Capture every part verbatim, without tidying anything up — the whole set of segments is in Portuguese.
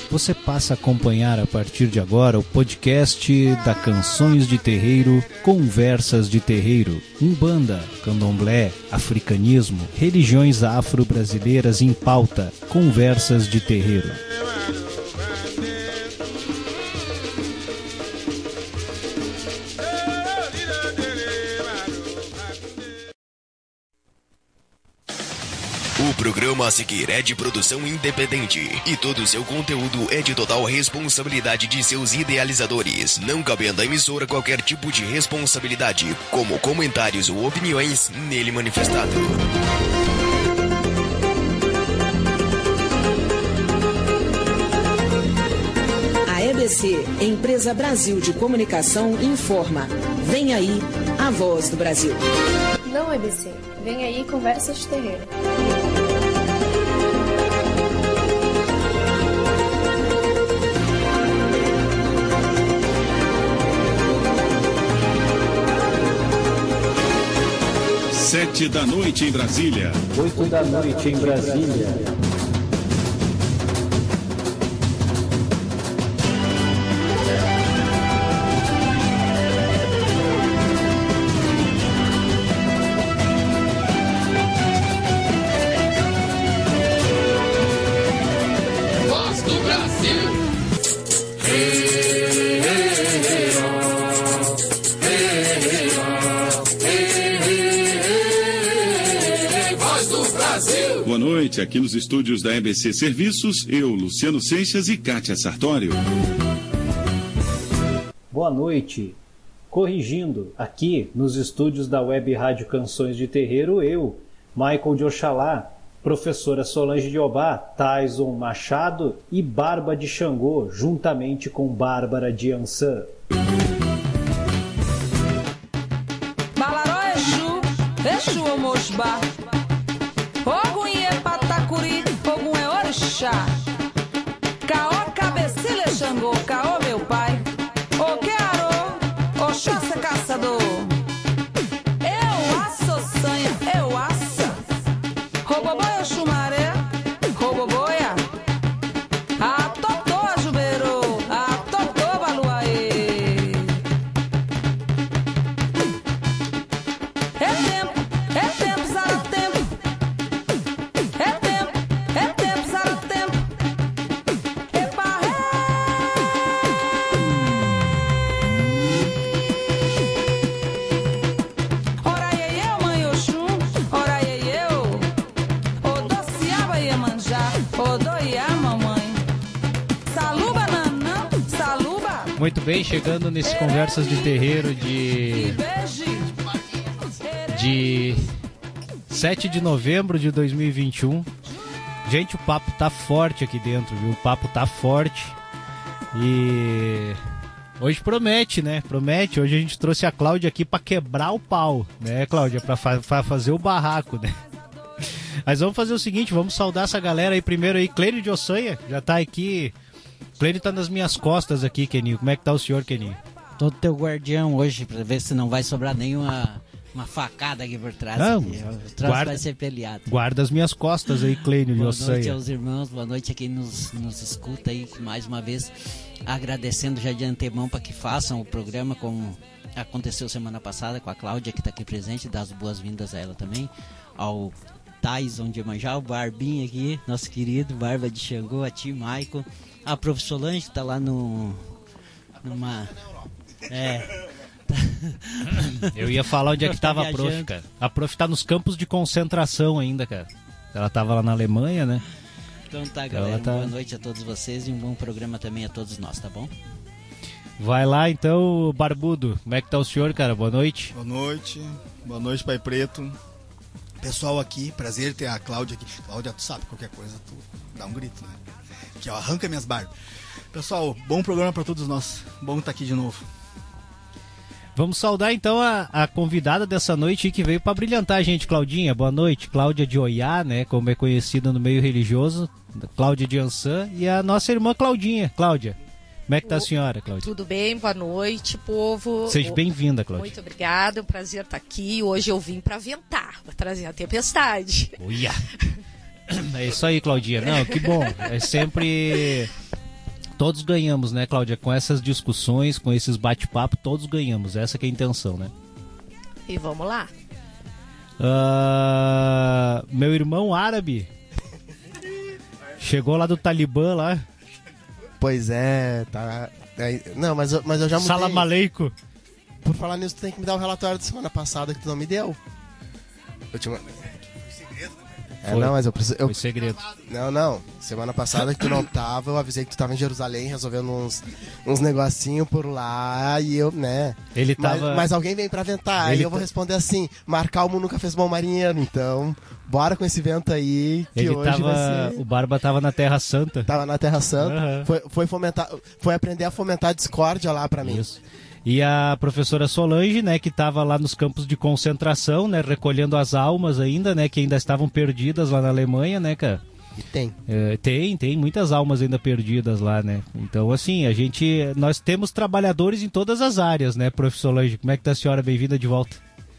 Você passa a acompanhar a partir de agora o podcast da Canções de Terreiro, Conversas de Terreiro, Umbanda, Candomblé, Africanismo, religiões afro-brasileiras em pauta, Conversas de Terreiro. O programa a seguir é de produção independente e todo o seu conteúdo é de total responsabilidade de seus idealizadores, não cabendo à emissora qualquer tipo de responsabilidade, como comentários ou opiniões nele manifestado. A E B C, Empresa Brasil de Comunicação, informa. Vem aí a voz do Brasil. Não, E B C. Vem aí Conversas de Terreiro. Sete da noite em Brasília. Oito da noite em Brasília. Voz do Brasil. Hey, hey, hey, oh. Hey, hey, oh. Hey, hey, hey, Voz do Brasil. Boa noite, aqui nos estúdios da E B C Serviços, eu, Luciano Seixas e Kátia Sartório. Boa noite. Corrigindo, aqui nos estúdios da Web Rádio Canções de Terreiro, eu, Michael de Oxalá, professora Solange de Obá, Tyson Machado e Barba de Xangô, juntamente com Bárbara de Ançã. Balaró Exu, Exu Omosbá, Ogum é Patacuri, Ogum é Orixá, Caó Cabecilha Xangô, Caó meu pai, Oquearô, Oxóssia Caçador, Eu Aço Sanha, Eu Aça, Roboboia Xumaré, Roboboia, A Totô Ajubeiro, A Totô Baluaê. É tempo, é tempo, zara tempo. É tempo, é tempo, zara tempo. Epa, ora iê, eu, mãe Oxum, ora iê, eu. Odociaba Iemanjá, Odoiá, mamãe. Saluba, nanã, saluba. Muito bem, chegando nesse Conversas de Terreiro de, de sete de novembro de dois mil e vinte e um. Gente, o papo tá forte aqui dentro, viu? O papo tá forte. E hoje promete, né? Promete. Hoje a gente trouxe a Cláudia aqui pra quebrar o pau, né, Cláudia? Pra, fa- pra fazer o barraco, né? Mas vamos fazer o seguinte, vamos saudar essa galera aí primeiro aí. Clênio de Ossanha, já tá aqui. Clênio tá nas minhas costas aqui, Keninho. Como é que tá o senhor, Keninho? Todo teu guardião hoje, pra ver se não vai sobrar nenhuma uma facada aqui por trás. Não, aqui. O troço guarda- vai ser peleado. Guarda as minhas costas aí, Clênio de Boa noite Ossanha. aos irmãos, boa noite a quem nos, nos escuta aí, mais uma vez agradecendo já de antemão para que façam o programa como aconteceu semana passada com a Cláudia, que está aqui presente, dar as boas-vindas a ela também, ao Tyson de Iemanjá, o Barbinha aqui, nosso querido, Barba de Xangô, a ti, Michael, a Prof. Solange, que está lá no... numa... é... Eu ia falar onde é que Prof tá tava a prof, viajando. cara. A prof tá nos campos de concentração ainda, cara. Ela tava lá na Alemanha, né? Então tá, galera, Ela tá- boa noite a todos vocês e um bom programa também a todos nós, tá bom? Vai lá então, Barbudo. Como é que tá o senhor, cara? Boa noite. Boa noite, boa noite, Pai Preto. Pessoal aqui, prazer ter a Cláudia aqui. Cláudia, tu sabe, qualquer coisa, tu dá um grito, né? Que ó, arranca minhas barbas. Pessoal, bom programa pra todos nós. Bom estar aqui de novo. Vamos saudar então a, a convidada dessa noite que veio pra brilhantar a gente, Claudinha. Boa noite. Cláudia de Oiá, né? Como é conhecida no meio religioso. Cláudia de Ançã. E a nossa irmã Claudinha. Cláudia, como é que tá a senhora, Cláudia? Tudo bem, boa noite, povo. Seja bem-vinda, Cláudia. Muito obrigada, é um prazer estar aqui. Hoje eu vim para ventar, para trazer a tempestade. Uia. É isso aí, Claudinha. Não, que bom. É sempre Todos ganhamos, né, Cláudia? Com essas discussões, com esses bate-papo, todos ganhamos. Essa que é a intenção, né? E vamos lá. Uh, meu irmão árabe chegou lá do Talibã lá. Pois é, tá. É, não, mas eu, mas eu já mudei. Salam aleikum. Por falar nisso, tu tem que me dar o relatório da semana passada que tu não me deu. Eu tinha... É, Foi. não, mas eu preciso. Eu... Foi segredo. Não, não. Semana passada que tu não tava, eu avisei que tu tava em Jerusalém resolvendo uns, uns negocinhos por lá e eu, né? Ele mas, tava. Mas alguém vem pra ventar. Ele E eu vou tá- responder assim: Marcalmo nunca fez bom marinheiro, então bora com esse vento aí que Ele hoje tava. vai ser... O Barba tava na Terra Santa. Tava na Terra Santa. Aham. Foi, foi fomentar. Foi aprender a fomentar a discórdia lá pra mim. Isso. E a professora Solange, né, que estava lá nos campos de concentração, né, recolhendo as almas ainda, né, que ainda estavam perdidas lá na Alemanha, né, cara? E tem. É, tem, tem muitas almas ainda perdidas lá, né? Então, assim, a gente, nós temos trabalhadores em todas as áreas, né, professor Solange? Como é que tá a senhora? Bem-vinda de volta.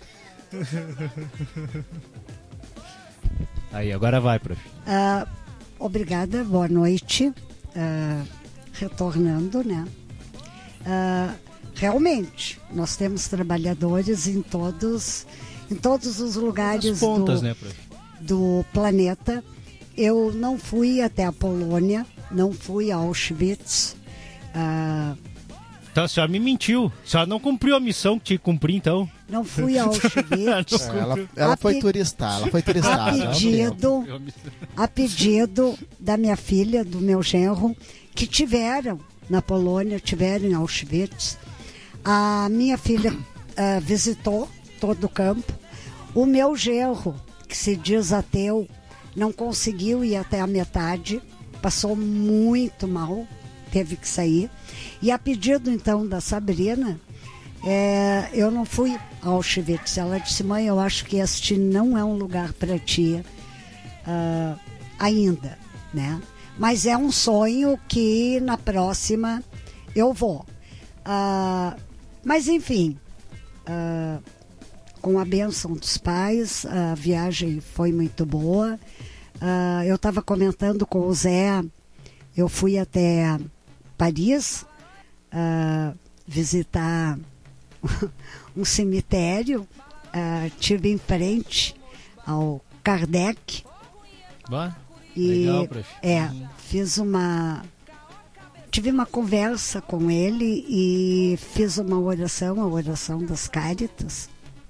Aí, agora vai, prof. Ah, obrigada, boa noite. Ah, retornando, né? Ah, realmente, nós temos trabalhadores em todos, em todos os lugares As pontas, do, né, prof? do planeta. Eu não fui até a Polônia, não fui a Auschwitz. Ah, Então a senhora me mentiu. A senhora não cumpriu a missão que tinha que cumprir, então. não fui a Auschwitz. É, ela ela A foi pe- turistar, ela foi turistar. A pedido, a pedido da minha filha, do meu genro, que tiveram na Polônia, tiveram em Auschwitz. A minha filha ah, visitou todo o campo. O meu genro, que se diz ateu, não conseguiu ir até a metade, passou muito mal, teve que sair. E a pedido então da Sabrina, é, eu não fui a Auschwitz. Ela disse: mãe, eu acho que este não é um lugar para ti ah, ainda, né? Mas é um sonho que na próxima eu vou. Ah, mas enfim, ah, com a bênção dos pais, a viagem foi muito boa. Ah, eu estava comentando com o Zé, eu fui até Paris ah, visitar um cemitério, ah, tive em frente ao Kardec. Bah, E legal, prof. é, fiz uma tive uma conversa com ele e fiz uma oração, a oração das Cáritas.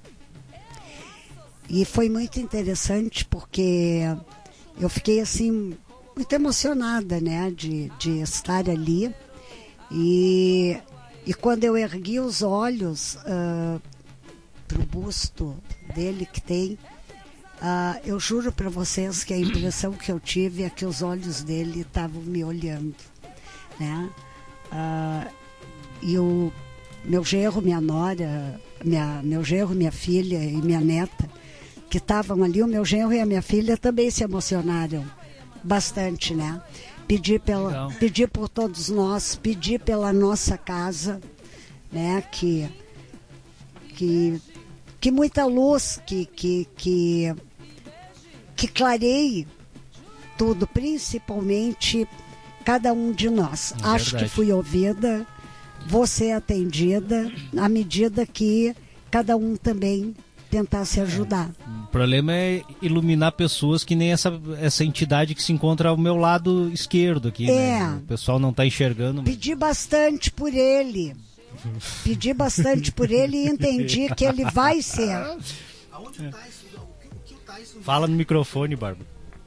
E foi muito interessante porque eu fiquei assim muito emocionada, né, de, de estar ali. E, e quando eu ergui os olhos uh, para o busto dele que tem, uh, eu juro para vocês que a impressão que eu tive é que os olhos dele estavam me olhando, né? Uh, e o meu genro, minha nora, minha, meu genro, minha filha e minha neta, que estavam ali, o meu genro e a minha filha também se emocionaram bastante, né? Pedir, pela, pedir por todos nós, pedir pela nossa casa, né? Que, que, que muita luz, que, que, que, que clareie tudo, principalmente cada um de nós. É Acho verdade. que fui ouvida, vou ser atendida, à medida que cada um também tentar se ajudar. O problema é iluminar pessoas que nem essa, essa entidade que se encontra ao meu lado esquerdo aqui, É. né? O pessoal não está enxergando. Mas... Pedi bastante por ele. Pedi bastante por ele e entendi que ele vai ser. Aonde o Tyson, o que o Tyson... Fala no microfone, Bárbara.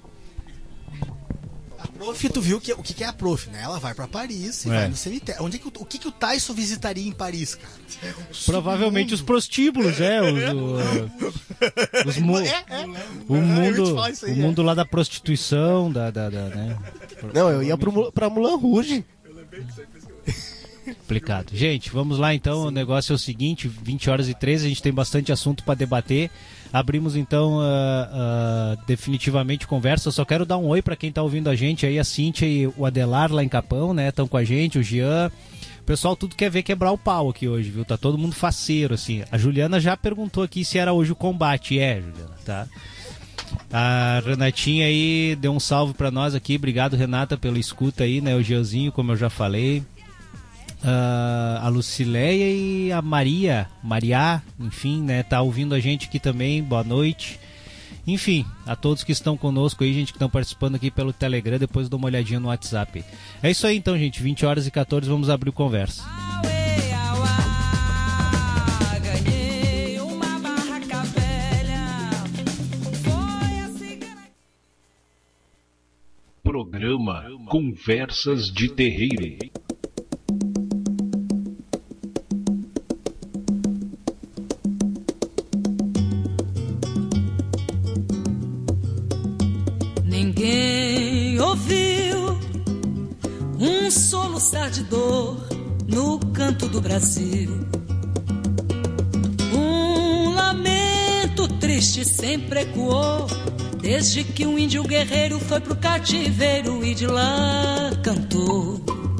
A prof, tu viu que, o que que é a prof, né? Ela vai pra Paris e É. vai no cemitério. Onde é que, o- o que que o Tyson visitaria em Paris, cara? Provavelmente os prostíbulos, é. Os, o- os mu- É, é. o Eu ia mundo, te falar isso aí, o é. mundo lá da prostituição, da, da, da, né? Não, eu ia pro, Mul- pra Moulin Rouge. Complicado. Gente, vamos lá então. O negócio é o seguinte: vinte horas e treze, a gente tem bastante assunto para debater. Abrimos então ah, ah, definitivamente conversa. Eu só quero dar um oi para quem tá ouvindo a gente aí, a Cíntia e o Adelar lá em Capão, né? Estão com a gente, o Jean. O pessoal tudo quer ver quebrar o pau aqui hoje, viu? Tá todo mundo faceiro, assim. A Juliana já perguntou aqui se era hoje o combate. É, Juliana, tá? A Renatinha aí deu um salve pra nós aqui. Obrigado, Renata, pela escuta aí, né? O Jeanzinho, como eu já falei. Uh, a Lucileia e a Maria, Maria, enfim, né? Tá ouvindo a gente aqui também. Boa noite. Enfim, a todos que estão conosco aí, gente que estão participando aqui pelo Telegram, depois dá uma olhadinha no WhatsApp. É isso aí então, gente. vinte horas e quatorze, vamos abrir o Conversa. Programa Conversas de Terreiro. Ninguém ouviu um soluçar de dor no canto do Brasil. Um lamento triste sempre ecoou desde que um índio guerreiro foi pro cativeiro e de lá cantou.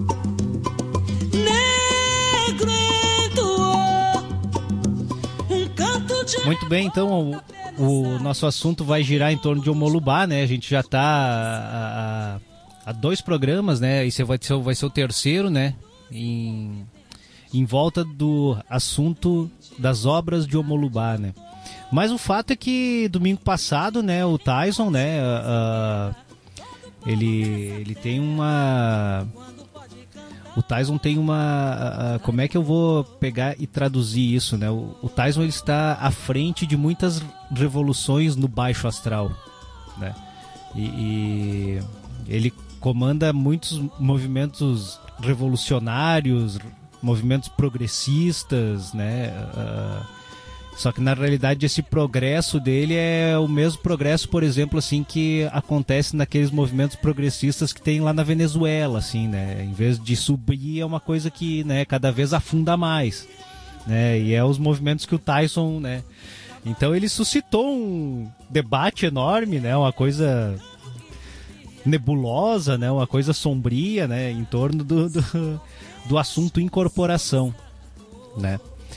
Negro entoou um canto de... Muito bem, então o, o nosso assunto vai girar em torno de Omolubá, né? A gente já tá há, há dois programas, né? Esse vai ser, vai ser o terceiro, né? Em, em volta do assunto das obras de Omolubá, né? Mas o fato é que domingo passado, né, o Tyson, né, uh, ele, ele tem uma... O Tyson tem uma... Uh, como é que eu vou pegar e traduzir isso, né? O, o Tyson, ele está à frente de muitas revoluções no baixo astral, né? E, e ele comanda muitos movimentos revolucionários, movimentos progressistas, né? Uh, Só que na realidade esse progresso dele é o mesmo progresso, por exemplo, assim, que acontece naqueles movimentos progressistas que tem lá na Venezuela, assim, né? Em vez de subir, é uma coisa que, né, cada vez afunda mais, né? E é os movimentos que o Tyson, né? Então ele suscitou um debate enorme, né? Uma coisa nebulosa, né? Uma coisa sombria, né? Em torno do, do, do assunto incorporação, né?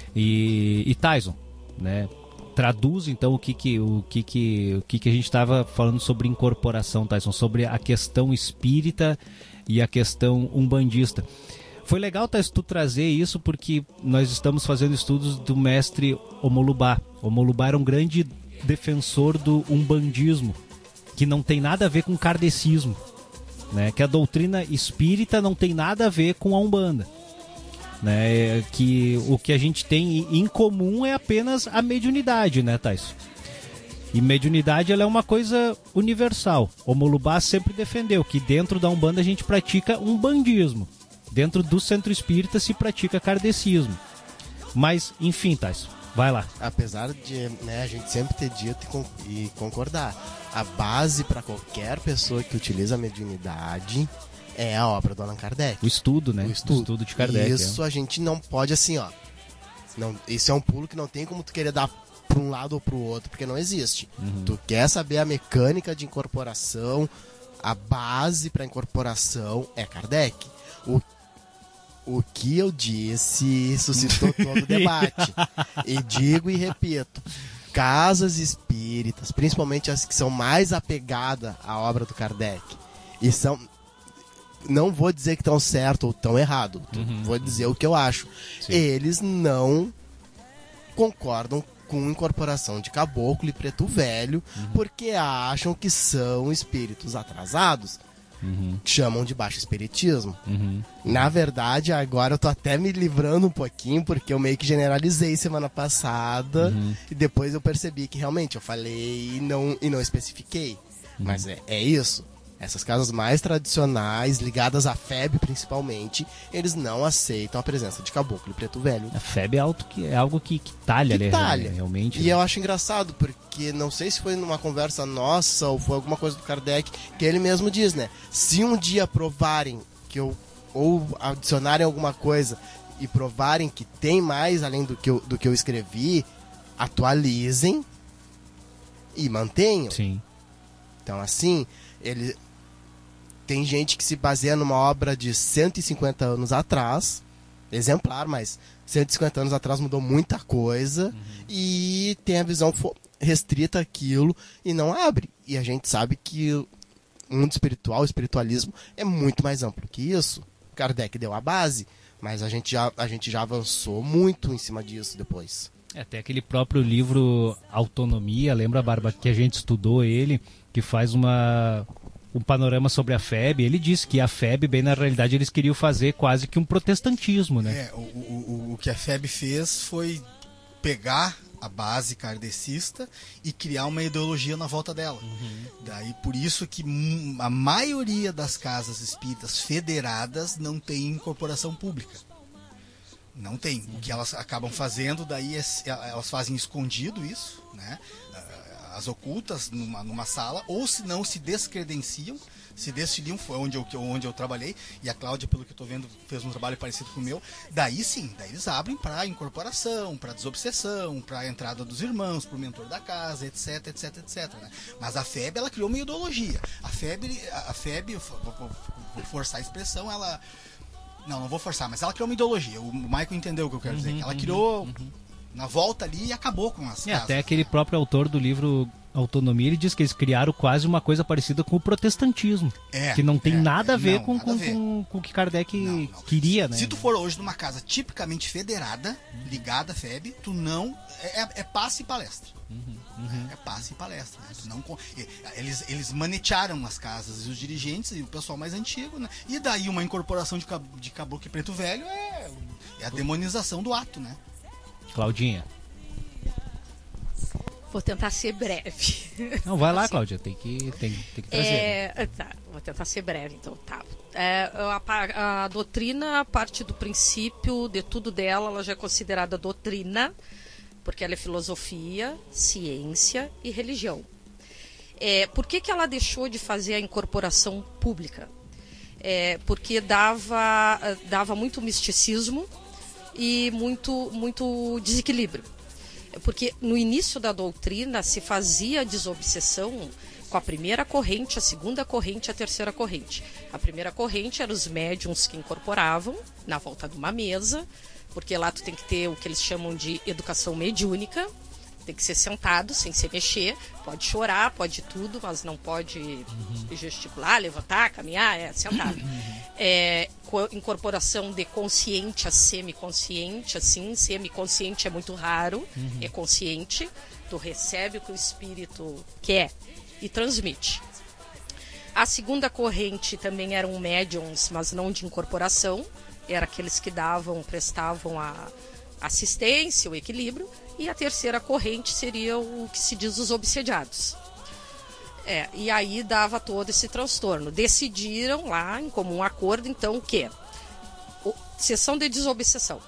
E, e Tyson, né? Traduz então o que que o que que o que que a gente estava falando sobre incorporação, Tyson, sobre a questão espírita e a questão umbandista. Foi legal, Tyson, tu trazer isso porque nós estamos fazendo estudos do mestre Omolubá. Omolubá era um grande defensor do umbandismo, que não tem nada a ver com kardecismo, né? Que a doutrina espírita não tem nada a ver com a Umbanda. Né, que o que a gente tem em comum é apenas a mediunidade, né, Tyson? E mediunidade, ela é uma coisa universal. Omolubá sempre defendeu que dentro da Umbanda a gente pratica umbandismo. Dentro do centro espírita se pratica kardecismo. Mas, enfim, Tyson, vai lá. Apesar de, né, a gente sempre ter dito e, con e concordar, a base para qualquer pessoa que utiliza a mediunidade é a obra do Allan Kardec. O estudo, né? O estudo, o estudo de Kardec. Isso é. A gente não pode, assim, ó. Não, isso é um pulo que não tem como tu querer dar para um lado ou para o outro, porque não existe. Uhum. Tu quer saber a mecânica de incorporação, a base para incorporação é Kardec. O, o que eu disse suscitou todo o debate. E digo e repito, casas espíritas, principalmente as que são mais apegadas à obra do Kardec, e são... Não vou dizer que estão certo ou estão errado. Uhum. Vou dizer o que eu acho. Sim. Eles não concordam com incorporação de caboclo e preto velho, uhum. porque acham que são espíritos atrasados. Uhum. Chamam de baixo espiritismo. Uhum. Na verdade, agora eu tô até me livrando um pouquinho, porque eu meio que generalizei semana passada, uhum. e depois eu percebi que realmente eu falei e não, e não especifiquei. Uhum. Mas é, é isso. Essas casas mais tradicionais, ligadas à F E B principalmente, eles não aceitam a presença de caboclo e preto velho. A F E B é, algo que, é algo que, que talha, que talha. realmente. E né? Eu acho engraçado, porque não sei se foi numa conversa nossa ou foi alguma coisa do Kardec, que ele mesmo diz, né? Se um dia provarem que eu, ou adicionarem alguma coisa e provarem que tem mais além do que eu, do que eu escrevi, atualizem e mantenham. Sim. Então, assim, ele... Tem gente que se baseia numa obra de cento e cinquenta anos atrás, exemplar, mas cento e cinquenta anos atrás mudou muita coisa, uhum. e tem a visão, restrita àquilo e não abre. E a gente sabe que o mundo espiritual, o espiritualismo é muito mais amplo que isso. Kardec deu a base, mas a gente já, a gente já avançou muito em cima disso depois. É, até aquele próprio livro Autonomia, lembra, Barba, que a gente estudou ele, que faz uma, um panorama sobre a F E B. Ele disse que a F E B, bem na realidade, eles queriam fazer quase que um protestantismo, né? É, o, o, o que a F E B fez foi pegar a base kardecista e criar uma ideologia na volta dela. Uhum. Daí por isso que a maioria das casas espíritas federadas não tem incorporação pública. Não tem. Uhum. O que elas acabam fazendo daí é, elas fazem escondido isso, né? As ocultas numa, numa sala, ou se não se descredenciam, se desfiliam, foi onde eu, onde eu trabalhei, e a Cláudia, pelo que eu estou vendo, fez um trabalho parecido com o meu. Daí sim, daí eles abrem para incorporação, para desobsessão, para a entrada dos irmãos, para o mentor da casa, etc, etc, etc. Né? Mas a F E B, ela criou uma ideologia. A F E B, a F E B, vou, vou, vou forçar a expressão, ela... Não, não vou forçar, mas ela criou uma ideologia. O Michael entendeu o que eu quero uhum, dizer. Ela uhum, criou... Uhum. na volta ali e acabou com as é, casas. Até aquele próprio autor do livro Autonomia, ele diz que eles criaram quase uma coisa parecida com o protestantismo. É, que não tem é, nada a ver, não, com, nada com, a ver. com, com o que Kardec não, não. queria, né? Se tu for hoje numa casa tipicamente federada, ligada à F E B, tu não... É, é passe e palestra. Uhum, uhum. É, é passe e palestra. Né? Tu não, eles, eles manetearam as casas e os dirigentes e o pessoal mais antigo, né? E daí uma incorporação de, de caboclo e preto velho é, é a demonização do ato, né? Claudinha. Vou tentar ser breve. Não, vai lá, assim, Cláudia, tem que, tem, tem que trazer. É, né? tá, vou tentar ser breve, então, tá. É, a, a doutrina parte do princípio de tudo dela, ela já é considerada doutrina, porque ela é filosofia, ciência e religião. É, por que que ela deixou de fazer a incorporação pública? É, porque dava, dava muito misticismo e muito, muito desequilíbrio. Porque no início da doutrina se fazia a desobsessão com a primeira corrente, a segunda corrente e a terceira corrente. A primeira corrente eram os médiuns que incorporavam na volta de uma mesa, porque lá tu tem que ter o que eles chamam de educação mediúnica, tem que ser sentado, sem se mexer, pode chorar, pode tudo, mas não pode uhum. gesticular, levantar, caminhar, é sentado. Uhum. É, incorporação de consciente a semiconsciente, assim, semiconsciente é muito raro, uhum. é consciente, tu recebe o que o espírito quer e transmite. A segunda corrente também eram médiums, mas não de incorporação, eram aqueles que davam, prestavam a assistência, o equilíbrio. E a terceira corrente seria o que se diz os obsediados. É, e aí dava todo esse transtorno. Decidiram lá, em comum acordo, então, o quê? O, sessão de desobsessão.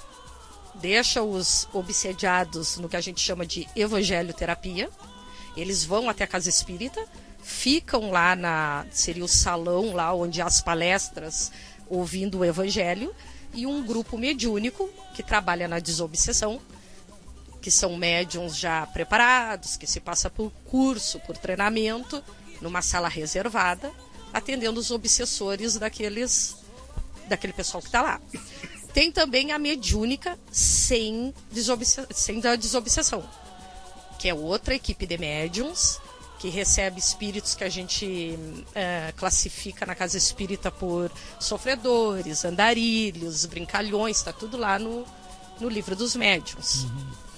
Deixa os obsediados no que a gente chama de evangelioterapia. Eles vão até a casa espírita, ficam lá na... seria o salão lá onde há as palestras, ouvindo o evangelho. E um grupo mediúnico que trabalha na desobsessão, que são médiums já preparados, que se passa por curso, por treinamento, numa sala reservada, atendendo os obsessores daqueles, daquele pessoal que está lá. Tem também a mediúnica sem, desobse- sem da desobsessão, que é outra equipe de médiums, que recebe espíritos que a gente é, classifica na casa espírita por sofredores, andarilhos, brincalhões, está tudo lá no, no livro dos médiuns. Uhum.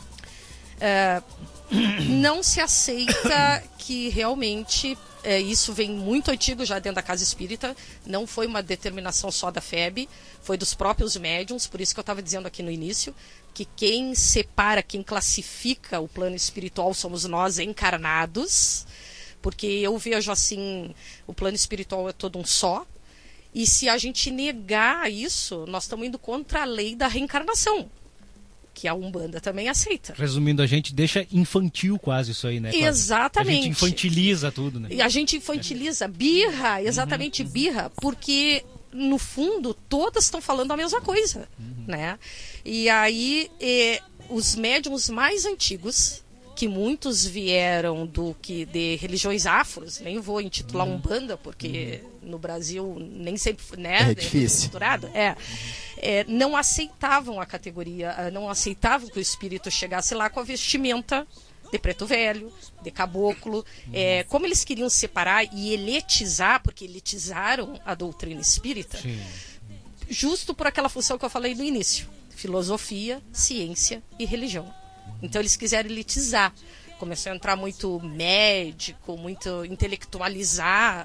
É, não se aceita que realmente é, isso vem muito antigo já dentro da casa espírita, não foi uma determinação só da F E B, foi dos próprios médiuns, por isso que eu estava dizendo aqui no início que quem separa, quem classifica o plano espiritual somos nós encarnados, porque eu vejo assim, o plano espiritual é todo um só, e se a gente negar isso, nós estamos indo contra a lei da reencarnação, que a Umbanda também aceita. Resumindo, a gente deixa infantil quase isso aí, né? Quase. Exatamente. A gente infantiliza tudo, né? E a gente infantiliza, birra, exatamente uhum, birra, porque no fundo todas estão falando a mesma coisa, uhum. né? E aí eh, os médiums mais antigos, que muitos vieram do que de religiões afros, nem vou intitular uhum. Umbanda, porque uhum. no Brasil nem sempre, né? É difícil. É, é, não aceitavam a categoria, não aceitavam que o espírito chegasse lá com a vestimenta de preto velho, de caboclo. É, como eles queriam separar e elitizar, porque elitizaram a doutrina espírita, Sim. justo por aquela função que eu falei no início: filosofia, ciência e religião. Então eles quiseram elitizar. Começou a entrar muito médico, muito intelectualizar.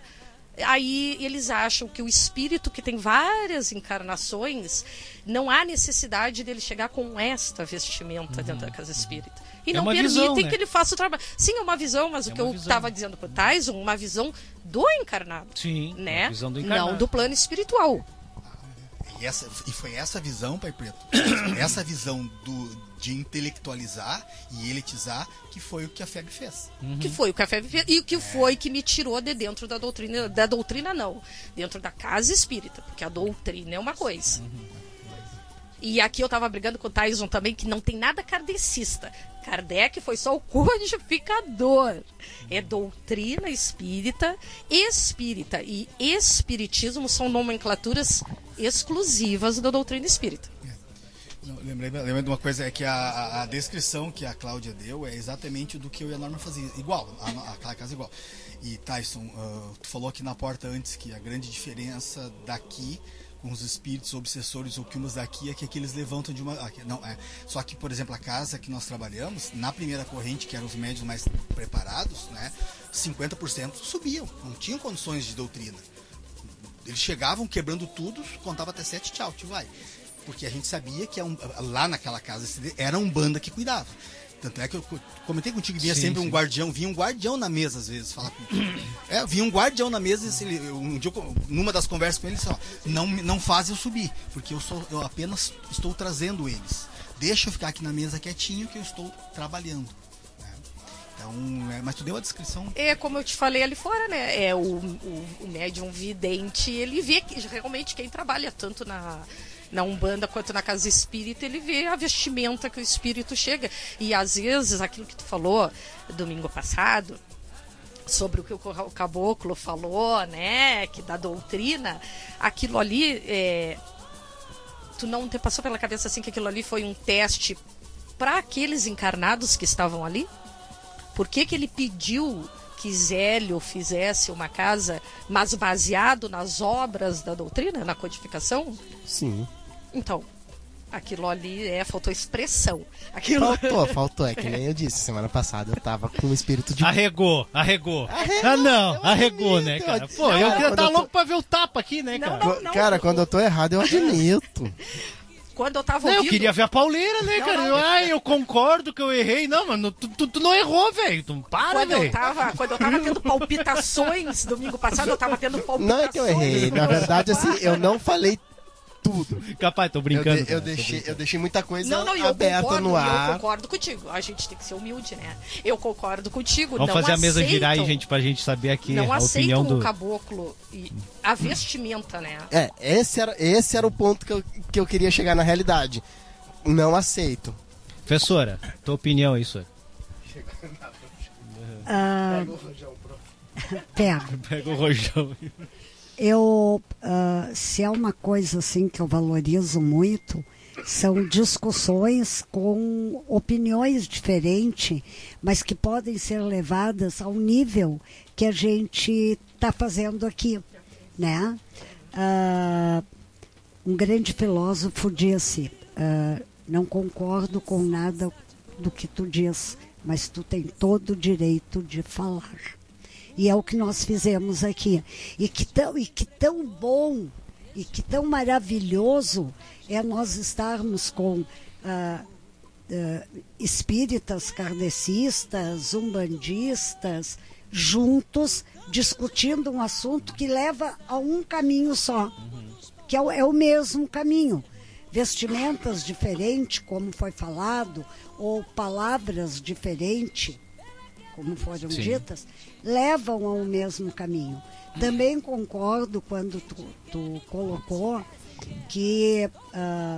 Aí eles acham que o espírito, que tem várias encarnações, não há necessidade dele chegar com esta vestimenta uhum. dentro da casa espírita. E é não permitem visão, né? que ele faça o trabalho. Sim, é uma visão, mas é o que eu estava dizendo para o Tyson, uma visão do encarnado. Sim, né? Uma visão do encarnado. Não do plano espiritual. E, essa, e foi essa visão, Pai Preto, essa visão do, de intelectualizar e elitizar, que foi o que a F E B fez. Uhum. Que foi o que a F E B fez e o que é. foi que me tirou de dentro da doutrina, da doutrina não, dentro da casa espírita, porque a doutrina é uma coisa. Uhum. E aqui eu tava brigando com o Tyson também, que não tem nada kardecista. Kardec foi só o codificador. É doutrina espírita, espírita e espiritismo são nomenclaturas exclusivas da doutrina espírita. Não, lembrei, lembrei de uma coisa, é que a, a, a descrição que a Cláudia deu é exatamente do que eu e a Norma fazia, igual, a, aquela casa igual. E Tyson, uh, tu falou aqui na porta antes que a grande diferença daqui com os espíritos obsessores ou quiumas daqui é que aqui eles levantam de uma... Não, é, só que, por exemplo, a casa que nós trabalhamos, na primeira corrente, que eram os médios mais preparados, né, cinquenta por cento subiam, não tinham condições de doutrina. Eles chegavam quebrando tudo, contava até sete, tchau, te vai. Porque a gente sabia que lá naquela casa era um banda que cuidava. Tanto é que eu comentei contigo, vinha sim, sempre sim. um guardião, vinha um guardião na mesa às vezes, falar comigo. É, vinha um guardião na mesa, e ele, um dia, numa das conversas com ele, ele disse, ó, não, não faz eu subir, porque eu, sou, eu apenas estou trazendo eles. Deixa eu ficar aqui na mesa quietinho que eu estou trabalhando. Então, é, mas tu deu a descrição. É, como eu te falei ali fora, né? É, o, o, o médium vidente, ele vê que realmente quem trabalha tanto na... na Umbanda quanto na casa espírita, ele vê a vestimenta que o espírito chega. E às vezes, aquilo que tu falou domingo passado, sobre o que o caboclo falou, né, que da doutrina, aquilo ali, é, tu não te passou pela cabeça assim que aquilo ali foi um teste para aqueles encarnados que estavam ali? Por que que ele pediu que Zélio fizesse uma casa, mas baseado nas obras da doutrina, na codificação? Sim. Então, aquilo ali é, faltou expressão. Aquilo... Faltou, faltou. É que nem eu disse, semana passada eu tava com um espírito de... Arregou, arregou. arregou ah, não, arregou, né, cara? Pô, não, eu queria tá louco tô... pra ver o tapa aqui, né, cara? Não, não, não, cara, não, quando eu tô errado, eu admito. Quando eu tava não, ouvindo... eu queria ver a pauleira, né, não, cara? Não, eu, ai, eu concordo que eu errei. Não, mano, tu, tu, tu não errou, velho. Tu para, velho. Quando eu tava tendo palpitações domingo passado, eu tava tendo palpitações. Não é que eu errei. Na verdade, assim, eu não falei tudo. Capaz, tô brincando. Eu, de, eu, deixei, eu deixei muita coisa não, não, aberta concordo, no ar. Eu concordo contigo. A gente tem que ser humilde, né? Eu concordo contigo. Vamos não fazer aceitam, a mesa girar aí, gente, pra gente saber aqui não a opinião do... o caboclo e a vestimenta, né? É, esse era, esse era o ponto que eu, que eu queria chegar na realidade. Não aceito. Professora, tua opinião é isso? Ah, Pega o rojão, Pega. Pega o rojão. Eu, uh, se é uma coisa assim que eu valorizo muito, são discussões com opiniões diferentes, mas que podem ser levadas ao nível que a gente está fazendo aqui, né? Uh, um grande filósofo disse, uh, não concordo com nada do que tu diz, mas tu tem todo o direito de falar. E é o que nós fizemos aqui. E que tão, e que tão bom, e que tão maravilhoso é nós estarmos com ah, ah, espíritas, kardecistas, umbandistas, juntos, discutindo um assunto que leva a um caminho só, que é o, é o mesmo caminho. Vestimentas diferentes, como foi falado, ou palavras diferentes, como foram Sim. ditas, levam ao mesmo caminho. Também concordo quando tu, tu colocou que uh,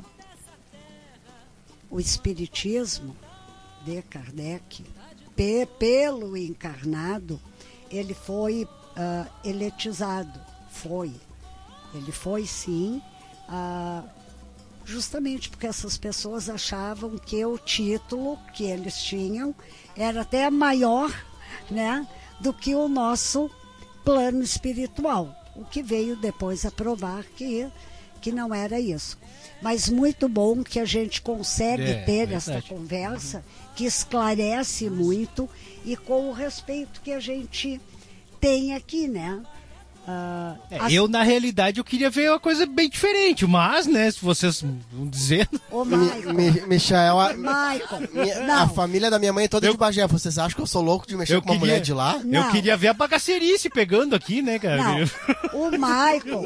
o espiritismo de Kardec, pe, pelo encarnado, ele foi uh, eletizado. Foi. Ele foi, sim, uh, justamente porque essas pessoas achavam que o título que eles tinham era até maior, né, do que o nosso plano espiritual, o que veio depois a provar que, que não era isso. Mas muito bom que a gente consegue É, ter verdade. essa conversa, que esclarece muito e com o respeito que a gente tem aqui, né? Ah, É, as- Eu, na realidade, eu queria ver uma coisa bem diferente, mas, né, se vocês vão dizendo... Ô, Mi- Michael, Mi- Michael, a, Michael, minha- não. a família da minha mãe é toda de Bagé. Vocês acham que eu sou louco de mexer Eu com uma queria- mulher de lá? Eu Não. queria ver a bagacerice pegando aqui, né, cara? Não, o Michael,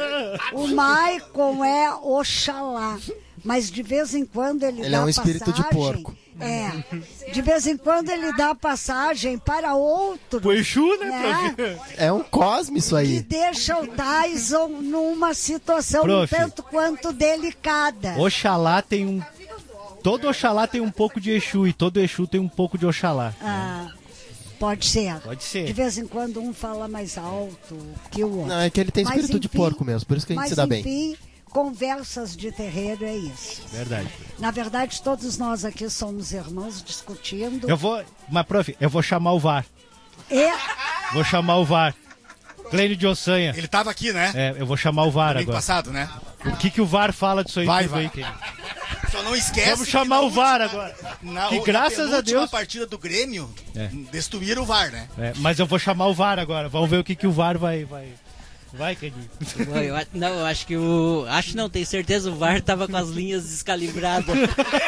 o Michael é Oxalá, mas de vez em quando ele, Ele dá é um espírito de passagem, porco. É, de vez em quando ele dá passagem para outro. O Exu, né, né? prof? É um cosme isso Que aí. deixa o Tyson numa situação um Prof. tanto quanto delicada. Oxalá tem um... Todo Oxalá tem um pouco de Exu e todo Exu tem um pouco de Oxalá. Ah, pode ser. Pode ser. De vez em quando um fala mais alto que o outro. Não, é que ele tem Mas, espírito de enfim, porco mesmo, por isso que a gente mas, se dá bem. enfim, conversas de terreiro é isso. Verdade. Na verdade, todos nós aqui somos irmãos discutindo. Eu vou... Mas, prof, eu vou chamar o V A R. E Vou chamar o V A R. Clênio de Ossanha. Ele tava aqui, né? É, eu vou chamar o V A R Domingo agora. passado, né? O que, que o V A R fala disso aí? Vai, tudo vai. aí, querido? Só não esquece. Vamos que chamar na o V A R última- agora. Na, Que na graças a penúltima Deus- partida do Grêmio, É. destruíram o V A R, né? É, mas eu vou chamar o V A R agora. Vamos ver o que, que o V A R vai... vai... Vai, querido. Bom, eu a- não, eu acho que o. Acho não, tenho certeza, o V A R tava com as linhas descalibradas.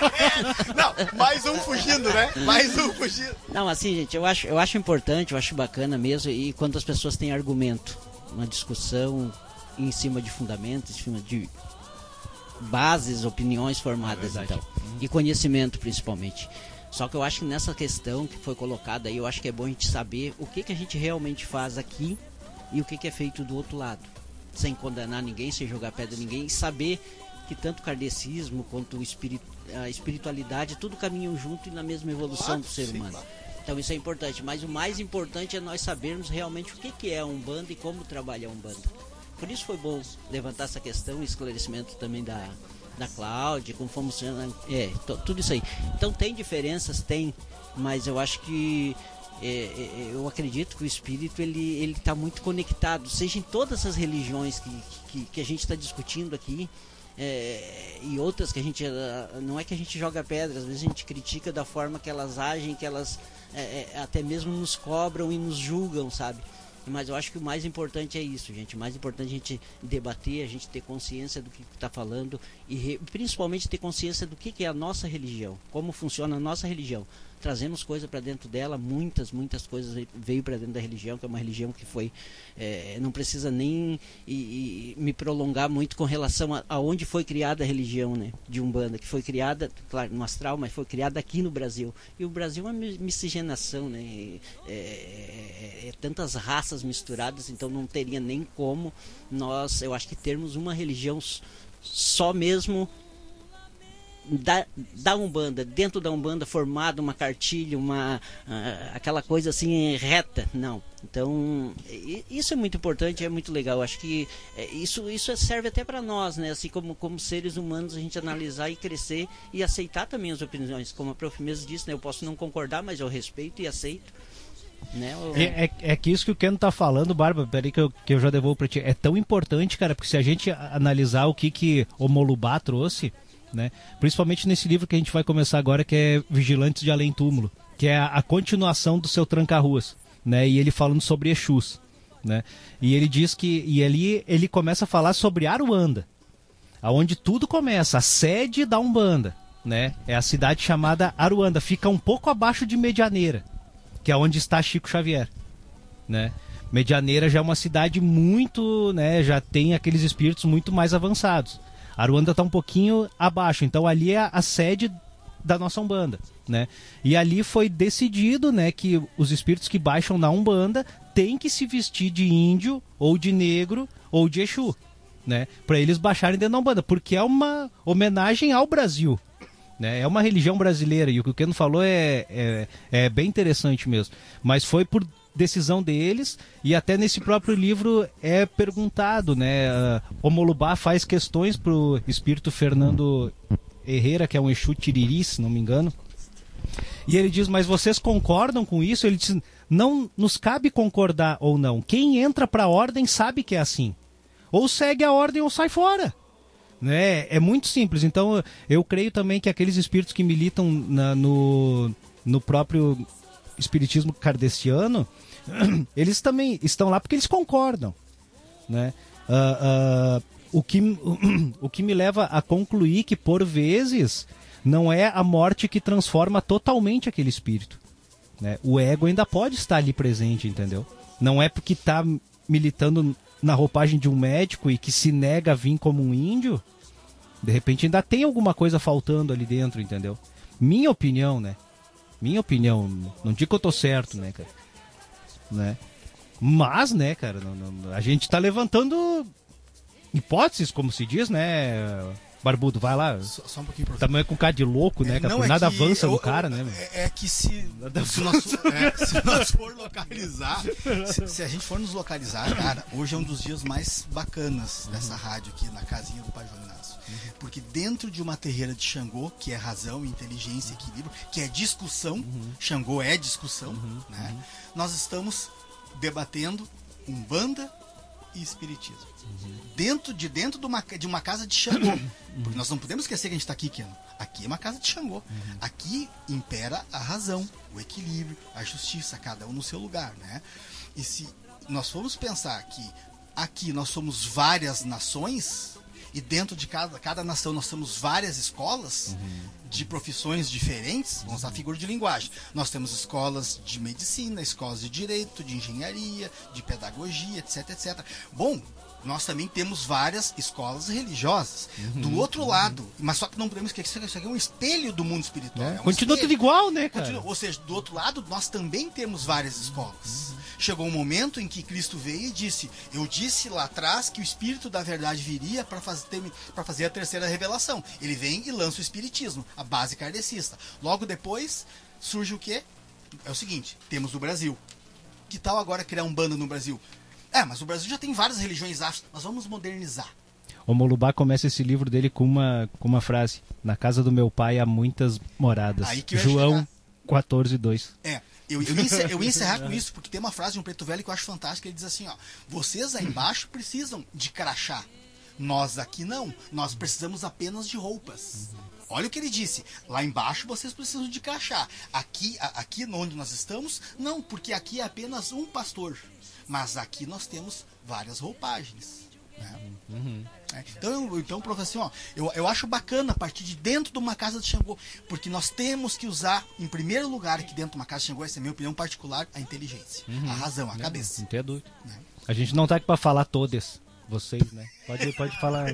Não, mais um fugindo, né? Mais um fugindo. Não, assim, gente, eu acho, eu acho importante, eu acho bacana mesmo, e quando as pessoas têm argumento, uma discussão em cima de fundamentos, em cima de bases, opiniões formadas, É verdade. então. E conhecimento, principalmente. Só que eu acho que nessa questão que foi colocada aí, eu acho que é bom a gente saber o que, que a gente realmente faz aqui e o que, que é feito do outro lado. Sem condenar ninguém, sem jogar pedra em ninguém, e saber que tanto o kardecismo quanto o espiritu, a espiritualidade, tudo caminham junto e na mesma evolução do ser humano. Então isso é importante, mas o mais importante é nós sabermos realmente o que, que é a Umbanda e como trabalha a Umbanda. Por isso foi bom levantar essa questão e esclarecimento também da, da Cláudia, como fomos... É, to- tudo isso aí. Então tem diferenças, tem, mas eu acho que é, é, eu acredito que o espírito ele ele está muito conectado, seja em todas as religiões que, que, que a gente está discutindo aqui, é, e outras que a gente não é que a gente joga pedra, às vezes a gente critica da forma que elas agem, que elas é, é, até mesmo nos cobram e nos julgam, sabe? Mas eu acho que o mais importante é isso, gente. O mais importante é a gente debater, a gente ter consciência do que está falando e re, principalmente ter consciência do que, que é a nossa religião, como funciona a nossa religião. Trazemos coisas para dentro dela, muitas, muitas coisas veio para dentro da religião, que é uma religião que foi, é, não precisa nem e, e me prolongar muito com relação a, a onde foi criada a religião, né, de Umbanda, que foi criada, claro, no astral, mas foi criada aqui no Brasil. E o Brasil é uma miscigenação, né, é, é, é tantas raças misturadas, então não teria nem como nós, eu acho que termos uma religião só mesmo da, da Umbanda, dentro da Umbanda formada uma cartilha, uma uh, aquela coisa assim reta, não. Então i, isso é muito importante, é muito legal. Acho que é, isso isso serve até para nós, né? Assim como como seres humanos, a gente analisar e crescer e aceitar também as opiniões. Como a prof mesmo disse, né? Eu posso não concordar, mas eu respeito e aceito. Né? Eu... É, é, é que isso que o Ken tá falando, Bárbara, peraí que eu, que eu já devolvo pra ti. É tão importante, cara, porque se a gente analisar o que, que o Molubá trouxe, né? Principalmente nesse livro que a gente vai começar agora, que é Vigilantes de Além Túmulo, que é a, a continuação do seu Tranca-Ruas, né? E ele falando sobre Exus, né? E ele diz que, e ali ele começa a falar sobre Aruanda, aonde tudo começa, a sede da Umbanda, né? É a cidade chamada Aruanda, fica um pouco abaixo de Medianeira, que é onde está Chico Xavier, né? Medianeira já é uma cidade muito, né? Já tem aqueles espíritos muito mais avançados. Aruanda está um pouquinho abaixo, então ali é a sede da nossa Umbanda, né? E ali foi decidido, né, que os espíritos que baixam na Umbanda têm que se vestir de índio, ou de negro, ou de Exu, né? Para eles baixarem dentro da Umbanda, porque é uma homenagem ao Brasil, né? É uma religião brasileira, e o que o Keno falou é, é, é bem interessante mesmo. Mas foi por decisão deles, e até nesse próprio livro é perguntado, né? Uh, Omolubá faz questões pro espírito Fernando Herrera, que é um Exu Tiriri, se não me engano. E ele diz, mas vocês concordam com isso? Ele diz, não nos cabe concordar ou não. Quem entra para a ordem sabe que é assim. Ou segue a ordem ou sai fora. Né? É muito simples. Então eu creio também que aqueles espíritos que militam na, no, no próprio espiritismo kardeciano, eles também estão lá porque eles concordam. Né? Uh, uh, o, que, o que me leva a concluir que por vezes não é a morte que transforma totalmente aquele espírito. Né? O ego ainda pode estar ali presente, entendeu? Não é porque está militando na roupagem de um médico e que se nega a vir como um índio, de repente ainda tem alguma coisa faltando ali dentro, entendeu? Minha opinião, né? Minha opinião. Não digo que eu tô certo, né, cara? Né? Mas, né, cara, não, não, a gente tá levantando hipóteses, como se diz, né, Barbudo? Vai lá. Só, só um pouquinho, professor. Tamanho com cara de louco, né, cara? Não, Por é nada avança eu, no cara, eu, né? É, é que se, se, nós, é, se nós for localizar, se, se a gente for nos localizar, cara, hoje é um dos dias mais bacanas uhum. dessa rádio aqui na casinha do Pai João Inácio. Uhum. Porque dentro de uma terreira de Xangô, que é razão, inteligência, equilíbrio, que é discussão, uhum. Xangô é discussão, uhum. né? Uhum. Nós estamos debatendo Umbanda e Espiritismo. Uhum. Dentro, de, dentro de, uma, de uma casa de Xangô. Uhum. Porque nós não podemos esquecer que a gente está aqui, Keno. Aqui é uma casa de Xangô. Uhum. Aqui impera a razão, o equilíbrio, a justiça, cada um no seu lugar, né? E se nós formos pensar que aqui nós somos várias nações, e dentro de cada, cada nação nós temos várias escolas uhum. de profissões diferentes, vamos usar figura de linguagem. Nós temos escolas de medicina, escolas de direito, de engenharia, de pedagogia, etc, etcétera. Bom, nós também temos várias escolas religiosas. Uhum, do outro uhum. lado, mas só que não podemos esquecer que isso aqui é um espelho do mundo espiritual. É. É um Continua espelho. Tudo igual, né, cara? Continua, ou seja, do outro lado, nós também temos várias escolas. Uhum. Chegou um momento em que Cristo veio e disse, eu disse lá atrás que o Espírito da Verdade viria para fazer, para fazer a terceira revelação. Ele vem e lança o Espiritismo, a base kardecista. Logo depois, surge o quê? É o seguinte, temos o Brasil. Que tal agora criar um bando no Brasil? É, mas o Brasil já tem várias religiões afros, nós vamos modernizar. O Molubá começa esse livro dele com uma, com uma frase, na casa do meu pai há muitas moradas. Aí que eu João quatorze, dois. É, eu, eu, ia encerrar, eu ia encerrar com isso, porque tem uma frase de um preto velho que eu acho fantástica, ele diz assim, ó, vocês aí embaixo precisam de crachá, nós aqui não, nós precisamos apenas de roupas. Olha o que ele disse, lá embaixo vocês precisam de crachá, aqui, aqui onde nós estamos, não, porque aqui é apenas um pastor. Mas aqui nós temos várias roupagens. Né? Uhum. É, então, então, professor, ó, eu, eu acho bacana a partir de dentro de uma casa de Xangô, porque nós temos que usar, em primeiro lugar, aqui dentro de uma casa de Xangô, essa é a minha opinião particular, a inteligência, uhum. a razão, a não, cabeça. Não tem dúvida. Né? A gente não tá aqui para falar todas, vocês, né? Pode, pode falar.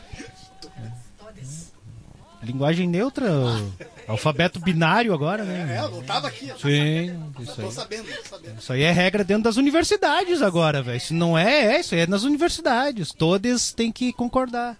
Todas. Linguagem neutra, alfabeto binário agora, né? É, eu tava aqui. Eu Sim, tô, isso tô aí. sabendo, tô sabendo. Isso aí é regra dentro das universidades agora, velho. Isso não é, é, isso aí é nas universidades. Todas têm que concordar.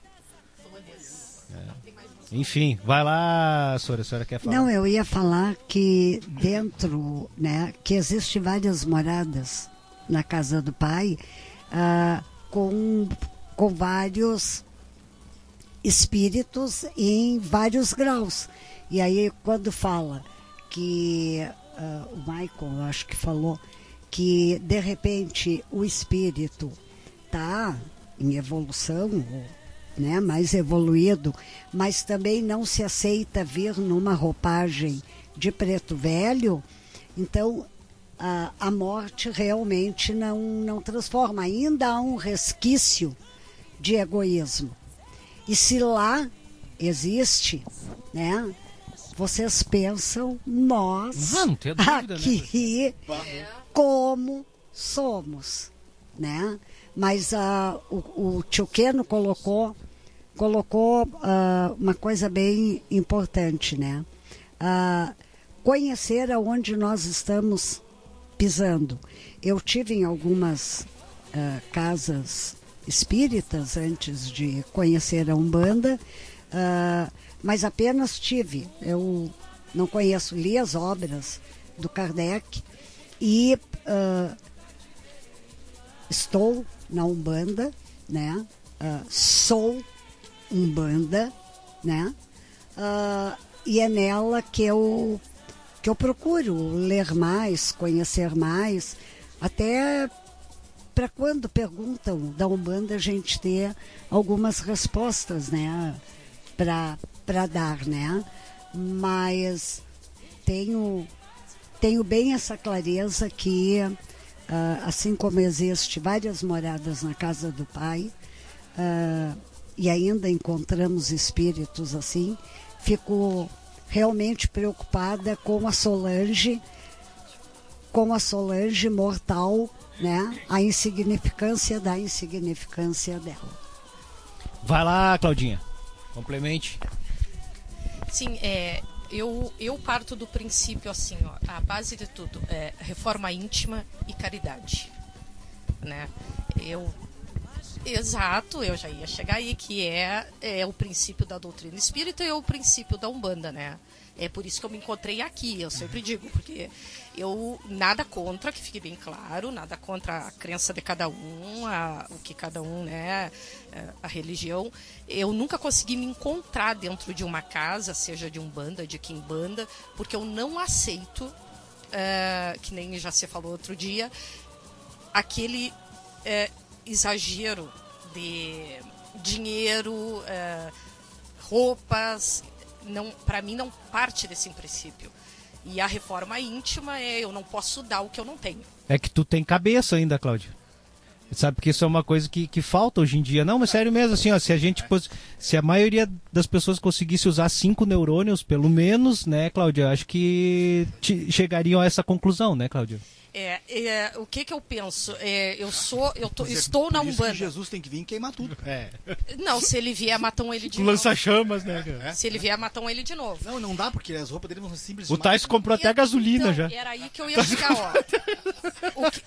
É. Enfim, vai lá, Sora, a senhora quer falar? Não, eu ia falar que dentro, né, que existem várias moradas na casa do pai, ah, com, com vários espíritos em vários graus. E aí quando fala que uh, o Michael, eu acho que falou que de repente o espírito está em evolução, né, mais evoluído, mas também não se aceita vir numa roupagem de preto velho, então a, a morte realmente não, não transforma, ainda há um resquício de egoísmo. E se lá existe, né? Vocês pensam nós não, não tenho dúvida, aqui né? como somos, né? Mas uh, o, o tio Keno colocou, colocou uh, uma coisa bem importante, né? Uh, conhecer aonde nós estamos pisando. Eu tive em algumas uh, casas espíritas antes de conhecer a Umbanda, uh, mas apenas tive, eu não conheço, li as obras do Kardec, e uh, estou na Umbanda, né? Uh, sou Umbanda, né? Uh, e é nela que eu, que eu procuro ler mais, conhecer mais, até para quando perguntam da Umbanda a gente ter algumas respostas, né? Para dar, né? Mas tenho, tenho bem essa clareza que, uh, assim como existe várias moradas na casa do Pai, uh, e ainda encontramos espíritos assim, fico realmente preocupada com a Solange, com a Solange mortal, né? A insignificância da insignificância dela. Vai lá, Claudinha. Complemente. Sim, é, eu, eu parto do princípio assim, ó, a base de tudo é reforma íntima e caridade, né? Eu, exato, eu já ia chegar aí, que é, é o princípio da doutrina espírita e é o princípio da Umbanda, né? É por isso que eu me encontrei aqui, eu sempre digo, porque eu nada contra, que fique bem claro, nada contra a crença de cada um, a, o que cada um, né, a religião. Eu nunca consegui me encontrar dentro de uma casa, seja de Umbanda, de Quimbanda, porque eu não aceito, uh, que nem já se falou outro dia, aquele uh, exagero de dinheiro, uh, roupas. Não, para mim não parte desse princípio. E a reforma íntima é eu não posso dar o que eu não tenho. É que tu tem cabeça ainda, Cláudia. Sabe que isso é uma coisa que, que falta hoje em dia. Não, mas sério mesmo, assim, ó, se a gente se a maioria das pessoas conseguisse usar cinco neurônios, pelo menos, né, Cláudia, acho que te, chegariam a essa conclusão, né, Cláudia? É, é, o que que eu penso? É, eu sou, eu tô, Mas é estou por na isso Umbanda. que Jesus tem que vir e queimar tudo. É. Não, se ele vier, matam ele de novo. Lança-chamas, né, cara? Se ele vier, matam ele de novo. Não, não dá, porque as roupas dele vão ser simples. O Tais comprou até gasolina Então, já. era aí que eu ia chegar, ó. O que,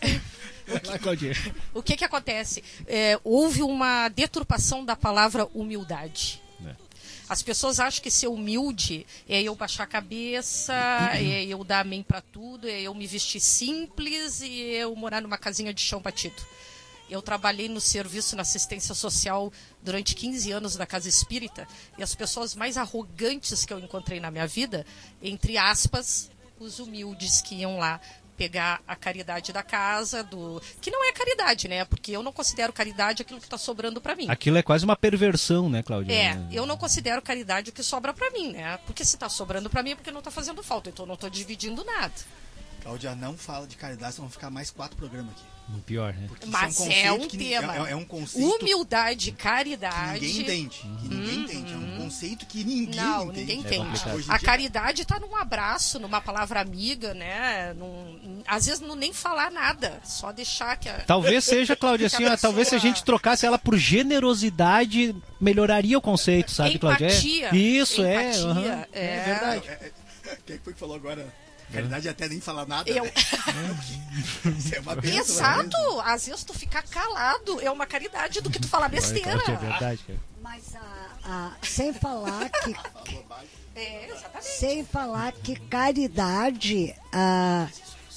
o que, o que que acontece? É, houve uma deturpação da palavra humildade. As pessoas acham que ser humilde é eu baixar a cabeça, é eu dar amém pra tudo, é eu me vestir simples e eu morar numa casinha de chão batido. Eu trabalhei no serviço, na assistência social durante quinze anos na Casa Espírita, e as pessoas mais arrogantes que eu encontrei na minha vida, entre aspas, os humildes que iam lá pegar a caridade da casa, do que não é caridade, né? Porque eu não considero caridade aquilo que está sobrando para mim. Aquilo é quase uma perversão, né, Cláudia? É, eu não considero caridade o que sobra para mim, né? Porque se está sobrando para mim é porque não está fazendo falta, então eu não estou dividindo nada. Cláudia, não fala de caridade, senão vão ficar mais quatro programas aqui. Pior, né? Porque Mas é um, é um que, tema. É, é um conceito humildade, caridade. Que ninguém entende. Que ninguém hum, entende. É um hum. conceito que ninguém não, entende. ninguém é entende. complicado. A caridade está num abraço, numa palavra amiga, né? Num, às vezes não nem falar nada, só deixar que a... Talvez seja, Cláudia, assim, ó, talvez se a gente trocasse ela por generosidade, melhoraria o conceito, sabe, Cláudia? Empatia. Isso, Empatia, é. Uhum, é... é verdade. É, é, quem foi que falou agora? Caridade é até nem falar nada. Eu... Né? Isso é uma benção, Exato! Mesmo. Às vezes tu ficar calado é uma caridade do que tu falar besteira. É verdade, cara. Mas a, a, sem falar que... É, exatamente. Sem falar que caridade... A,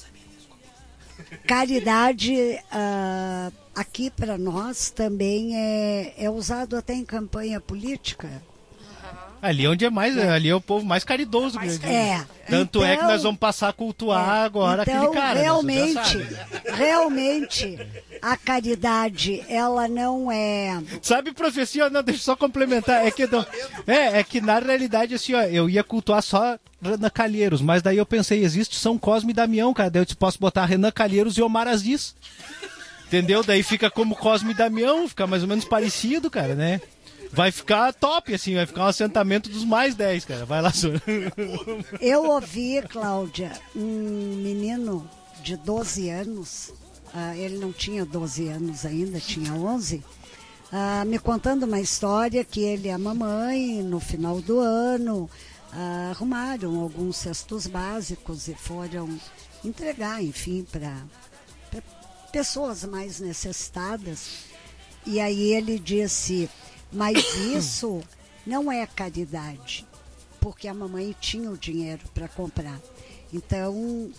caridade a, aqui para nós também é, é usado até em campanha política. Ali onde é mais, é. ali é o povo mais caridoso. Mais é. Tanto então, é que nós vamos passar a cultuar é. agora então, aquele cara. Realmente, realmente, a caridade, ela não é... Sabe, profecia, não, deixa eu só complementar. É que, não, é, é que na realidade, assim, ó, eu ia cultuar só Renan Calheiros, mas daí eu pensei, existe São Cosme e Damião, cara. Daí eu te posso botar Renan Calheiros e Omar Aziz. Entendeu? Daí fica como Cosme e Damião, fica mais ou menos parecido, cara, né? Vai ficar top, assim, vai ficar um assentamento dos mais dez, cara. Vai lá, Sônia. Eu ouvi, Cláudia, um menino de doze anos, uh, ele não tinha doze anos ainda, tinha onze, uh, me contando uma história que ele e a mamãe, no final do ano, uh, arrumaram alguns cestos básicos e foram entregar, enfim, para pessoas mais necessitadas. E aí ele disse... Mas isso não é caridade, porque a mamãe tinha o dinheiro para comprar. Então,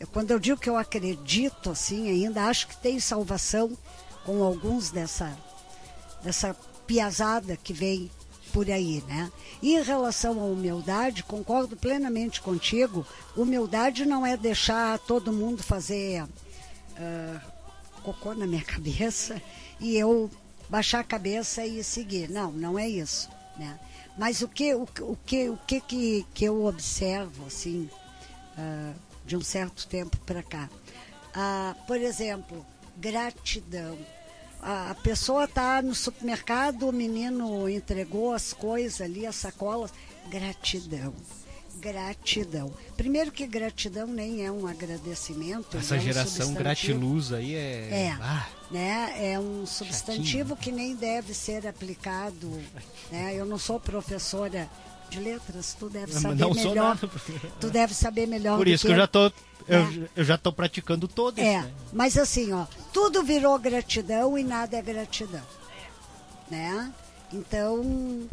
eu, quando eu digo que eu acredito, assim, ainda acho que tem salvação com alguns dessa, dessa piazada que vem por aí, né? E em relação à humildade, concordo plenamente contigo, humildade não é deixar todo mundo fazer uh, cocô na minha cabeça e eu baixar a cabeça e seguir. Não, não é isso, né? Mas o que, o, o que, o que, que, que eu observo, assim, uh, de um certo tempo para cá? Uh, por exemplo, gratidão. A pessoa está no supermercado, o menino entregou as coisas ali, as sacolas. Gratidão. Gratidão. Primeiro que gratidão nem é um agradecimento. Essa é um geração gratiluz aí é... É, ah, né? É um substantivo chatinho. Que nem deve ser aplicado. Né? Eu não sou professora de letras, tu deve saber não melhor. Sou nada. Tu deve saber melhor. Por do isso que que eu já tô... Eu, é. eu já estou praticando todos. É, né? mas assim, ó, tudo virou gratidão e nada é gratidão. Né? Então,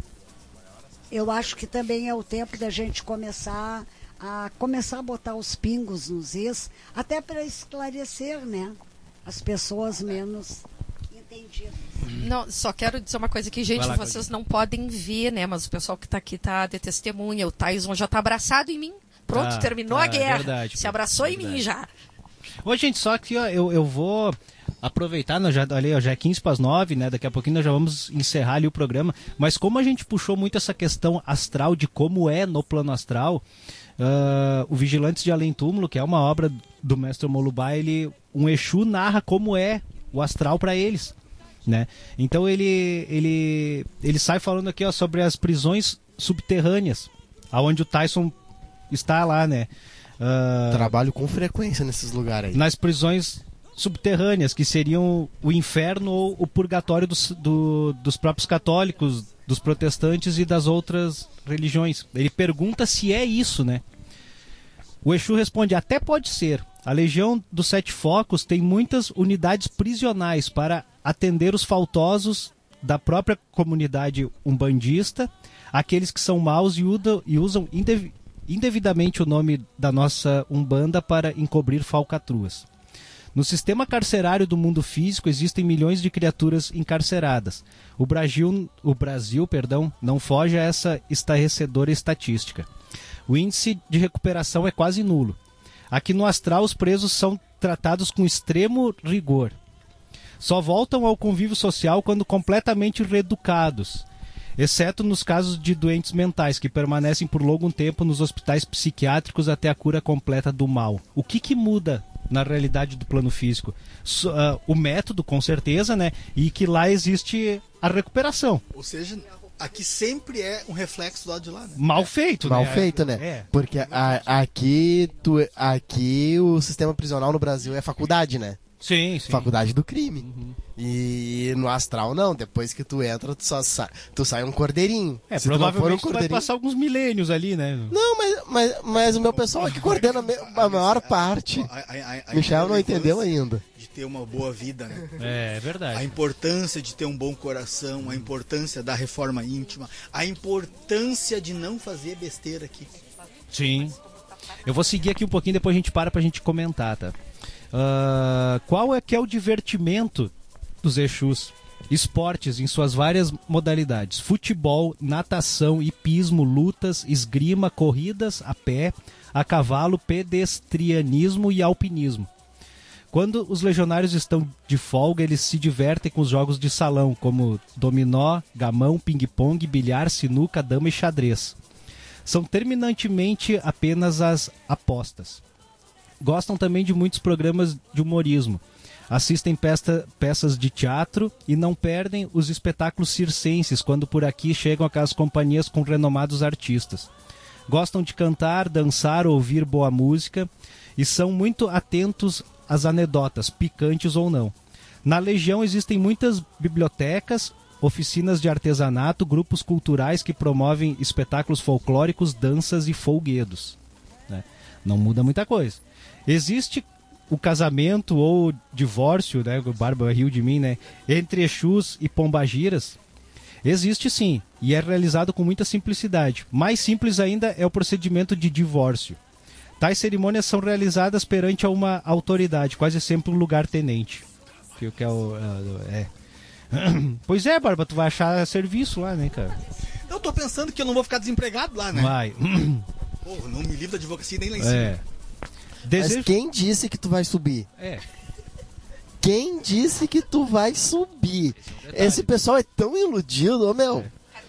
eu acho que também é o tempo da gente começar a começar a botar os pingos nos is, até para esclarecer, né, as pessoas menos entendidas. Não, só quero dizer uma coisa aqui, gente, lá, vocês não podem ver, né, mas o pessoal que está aqui está de testemunha, o Tyson já está abraçado em mim. Pronto, ah, terminou ah, a guerra. É verdade, se abraçou é em mim já. Ô, gente, só que ó, eu, eu vou aproveitar, nós já, ali, ó, já é quinze para as nove, né? Daqui a pouquinho nós já vamos encerrar ali o programa. Mas como a gente puxou muito essa questão astral, de como é no plano astral, uh, o Vigilantes de Além Túmulo, que é uma obra do mestre Molubá, ele, um Exu narra como é o astral para eles. Né? Então ele, ele, ele sai falando aqui, ó, sobre as prisões subterrâneas, aonde o Tyson está lá, né? Uh, Trabalho com frequência nesses lugares aí. Nas prisões subterrâneas, que seriam o inferno ou o purgatório dos, do, dos próprios católicos, dos protestantes e das outras religiões. Ele pergunta se é isso, né? O Exu responde, até pode ser. A Legião dos Sete Focos tem muitas unidades prisionais para atender os faltosos da própria comunidade umbandista, aqueles que são maus e, uda, e usam indev, indevidamente o nome da nossa Umbanda para encobrir falcatruas. No sistema carcerário do mundo físico existem milhões de criaturas encarceradas. O Brasil, o Brasil perdão, não foge a essa estarrecedora estatística. O índice de recuperação é quase nulo. Aqui no astral os presos são tratados com extremo rigor. Só voltam ao convívio social quando completamente reeducados, exceto nos casos de doentes mentais, que permanecem por longo tempo nos hospitais psiquiátricos até a cura completa do mal. O que que muda na realidade do plano físico? So, uh, o método, com certeza, né? E que lá existe a recuperação. Ou seja, aqui sempre é um reflexo do lado de lá, né? Mal feito, Mal né? Mal feito, né? É. Porque a, aqui, tu, aqui o sistema prisional no Brasil é faculdade, né? Sim, sim. Faculdade do crime. Uhum. E no astral não, depois que tu entra, tu só sai, tu sai um cordeirinho. É, Se provavelmente tu, não for um tu cordeirinho... vai passar alguns milênios ali, né? Não, mas, mas, mas o meu pessoal aqui coordena a maior parte. Michel não entendeu ainda. De ter uma boa vida, né? É, é verdade. A importância de ter um bom coração, a importância da reforma íntima, a importância de não fazer besteira aqui. Sim. Eu vou seguir aqui um pouquinho, depois a gente para pra gente comentar, tá? Uh, qual é que é o divertimento dos Exus? Esportes em suas várias modalidades: futebol, natação, hipismo, lutas, esgrima, corridas a pé, a cavalo, pedestrianismo e alpinismo. Quando os legionários estão de folga, eles se divertem com os jogos de salão, como dominó, gamão, ping-pong, bilhar, sinuca, dama e xadrez. São terminantemente apenas as apostas. Gostam também de muitos programas de humorismo. Assistem peça, peças de teatro e não perdem os espetáculos circenses quando por aqui chegam aquelas companhias com renomados artistas. Gostam de cantar, dançar, ouvir boa música e são muito atentos às anedotas, picantes ou não. Na Legião existem muitas bibliotecas, oficinas de artesanato, grupos culturais que promovem espetáculos folclóricos, danças e folguedos. Né? Não muda muita coisa. Existe o casamento ou divórcio, né, o Barba riu de mim, né, entre Exus e Pombagiras? Existe sim, e é realizado com muita simplicidade. Mais simples ainda é o procedimento de divórcio. Tais cerimônias são realizadas perante a uma autoridade, quase sempre um lugar-tenente. Que, que é o... É. Pois é, Barba, tu vai achar serviço lá, né, cara? Eu tô pensando que eu não vou ficar desempregado lá, né? Vai. Porra, não me livro da advocacia nem lá em cima. É. Desejo... Mas quem disse que tu vai subir? É. Quem disse que tu vai subir? Esse, é Esse pessoal é tão iludido, ô meu. É.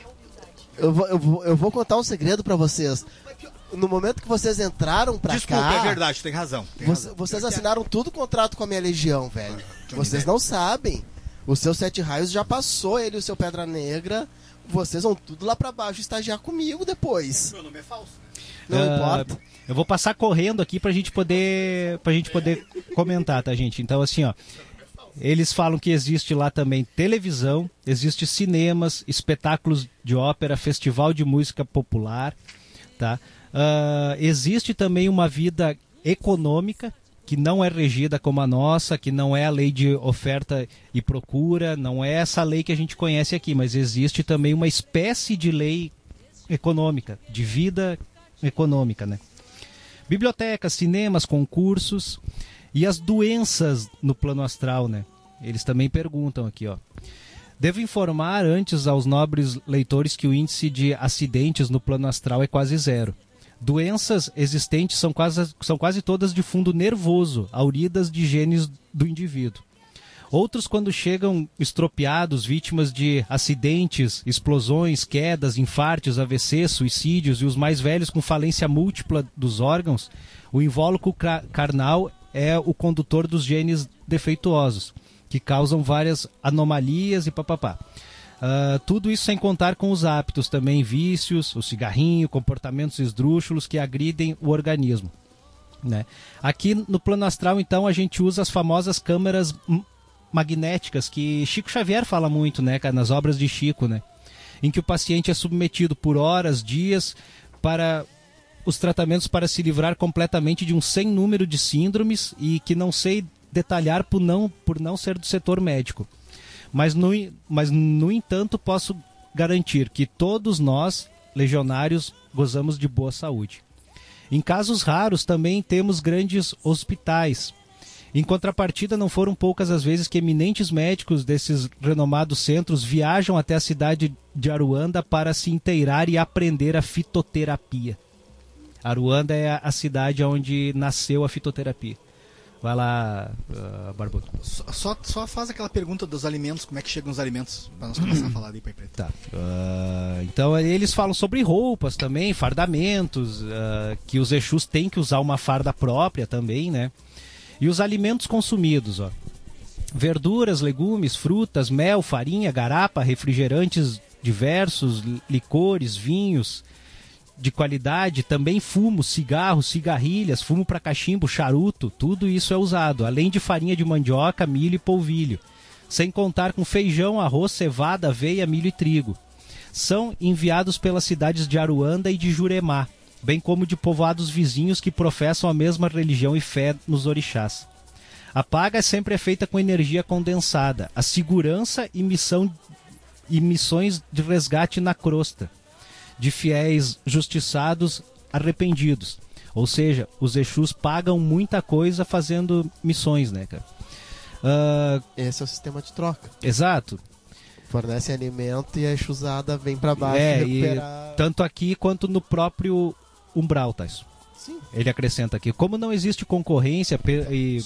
Eu, vou, eu, vou, eu vou contar um segredo pra vocês. No momento que vocês entraram pra Desculpa, cá... Desculpa, é verdade, tem razão. Tem você, razão. Vocês assinaram tudo contrato com a minha legião, velho. Vocês não sabem. O seu Sete Raios já passou, ele e o seu Pedra Negra. Vocês vão tudo lá pra baixo estagiar comigo depois. Meu nome é falso. Não uh, importa. Eu vou passar correndo aqui pra gente poder, pra gente poder comentar, tá, gente? Então, assim, ó. Eles falam que existe lá também televisão, existe cinemas, espetáculos de ópera, festival de música popular, tá? Uh, existe também uma vida econômica que não é regida como a nossa, que não é a lei de oferta e procura, não é essa lei que a gente conhece aqui, mas existe também uma espécie de lei econômica, de vida econômica, né? Bibliotecas, cinemas, concursos e as doenças no plano astral, né? Eles também perguntam aqui, ó. Devo informar antes aos nobres leitores que o índice de acidentes no plano astral é quase zero. Doenças existentes são quase, são quase todas de fundo nervoso, auridas de genes do indivíduo. Outros, quando chegam estropiados, vítimas de acidentes, explosões, quedas, infartos, A V C, suicídios, e os mais velhos com falência múltipla dos órgãos, o invólucro carnal é o condutor dos genes defeituosos, que causam várias anomalias e papapá. Uh, tudo isso sem contar com os hábitos também, vícios, o cigarrinho, comportamentos esdrúxulos que agridem o organismo, né? Aqui no plano astral, então, a gente usa as famosas câmeras magnéticas que Chico Xavier fala muito, né, cara, nas obras de Chico, né? Em que o paciente é submetido por horas, dias, para os tratamentos para se livrar completamente de um sem número de síndromes e que não sei detalhar por não, por não ser do setor médico. Mas no, mas, no entanto, posso garantir que todos nós, legionários, gozamos de boa saúde. Em casos raros, também temos grandes hospitais. Em contrapartida, não foram poucas as vezes que eminentes médicos desses renomados centros viajam até a cidade de Aruanda para se inteirar e aprender a fitoterapia. Aruanda é a cidade onde nasceu a fitoterapia. Vai lá, uh, Barbudo. Só, só, só faz aquela pergunta dos alimentos, como é que chegam os alimentos, para nós começar a falar ali, Pai Preto. Tá. Uh, então eles falam sobre roupas também, fardamentos, uh, que os Exus têm que usar uma farda própria também, né? E os alimentos consumidos, ó. Verduras, legumes, frutas, mel, farinha, garapa, refrigerantes diversos, licores, vinhos de qualidade, também fumo, cigarro, cigarrilhas, fumo para cachimbo, charuto, tudo isso é usado, além de farinha de mandioca, milho e polvilho, sem contar com feijão, arroz, cevada, aveia, milho e trigo. São enviados pelas cidades de Aruanda e de Juremá, bem como de povoados vizinhos que professam a mesma religião e fé nos orixás. A paga sempre é feita com energia condensada, a segurança e, missão, e missões de resgate na crosta, de fiéis justiçados arrependidos. Ou seja, os Exus pagam muita coisa fazendo missões, né, cara? Uh... Esse é o sistema de troca. Exato. Fornece alimento e a Exusada vem pra baixo é, recuperar... e tanto aqui quanto no próprio umbral, tá isso? Sim. Ele acrescenta aqui, como não existe concorrência e...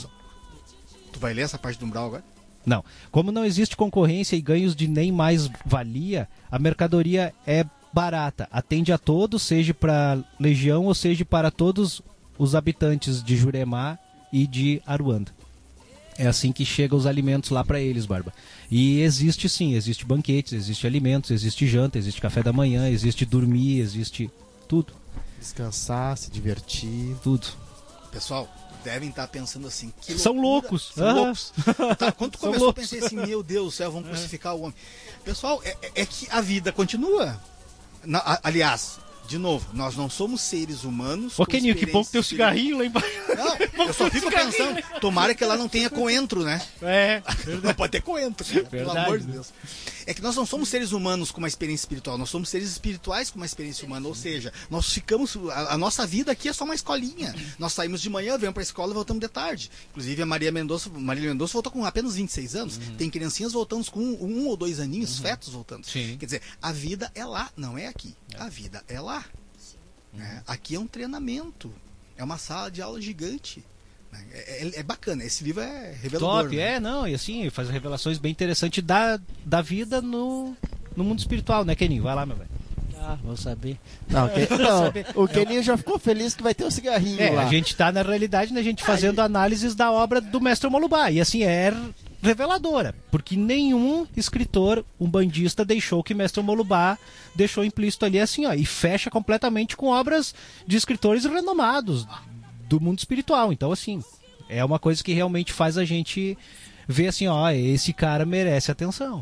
Tu vai ler essa parte do umbral agora? Não. Como não existe concorrência e ganhos de nem mais valia, a mercadoria é barata, atende a todos, seja para legião ou seja para todos os habitantes de Juremá e de Aruanda. É assim que chegam os alimentos lá para eles, Barba. E existe sim, existe banquetes, existe alimentos, existe janta, existe café da manhã, existe dormir, existe tudo. Descansar, se divertir. Tudo. Pessoal, devem estar pensando assim, que são loucos. São ah. loucos. Tá, quando tu começou, eu pensei assim, meu Deus do céu, vão crucificar o homem. Pessoal, é, é que a vida continua. Na, a, aliás, de novo, nós não somos seres humanos. Ô, Keninho, que bom que tem o cigarrinho lá embaixo. Não, eu só fico pensando, tomara que ela não tenha coentro, né? É. Não pode ter coentro, né? Pelo amor de Deus. É que nós não somos seres humanos com uma experiência espiritual, nós somos seres espirituais com uma experiência humana, ou seja, nós ficamos, a, a nossa vida aqui é só uma escolinha. Nós saímos de manhã, vamos para a escola e voltamos de tarde. Inclusive a Maria Mendonça, Maria Mendonça voltou com apenas vinte e seis anos, uhum. Tem criancinhas voltando com um, um ou dois aninhos, uhum. Fetos voltando. Sim. Quer dizer, a vida é lá, não é aqui. É. A vida é lá. Uhum. É, aqui é um treinamento, é uma sala de aula gigante. É, é, é bacana, esse livro é revelador. Top, né? é, não, e assim, faz revelações bem interessantes da, da vida no, no mundo espiritual, né, Keninho? Vai lá, meu velho. Ah, vou saber. Não, que, não o Keninho já ficou feliz que vai ter um cigarrinho é, lá. A gente tá na realidade, né, a gente fazendo análises da obra do Mestre Molubá, e assim, é reveladora, porque nenhum escritor umbandista deixou o que Mestre Molubá deixou implícito ali, assim, ó, e fecha completamente com obras de escritores renomados do mundo espiritual. Então, assim, é uma coisa que realmente faz a gente ver assim, ó, esse cara merece atenção.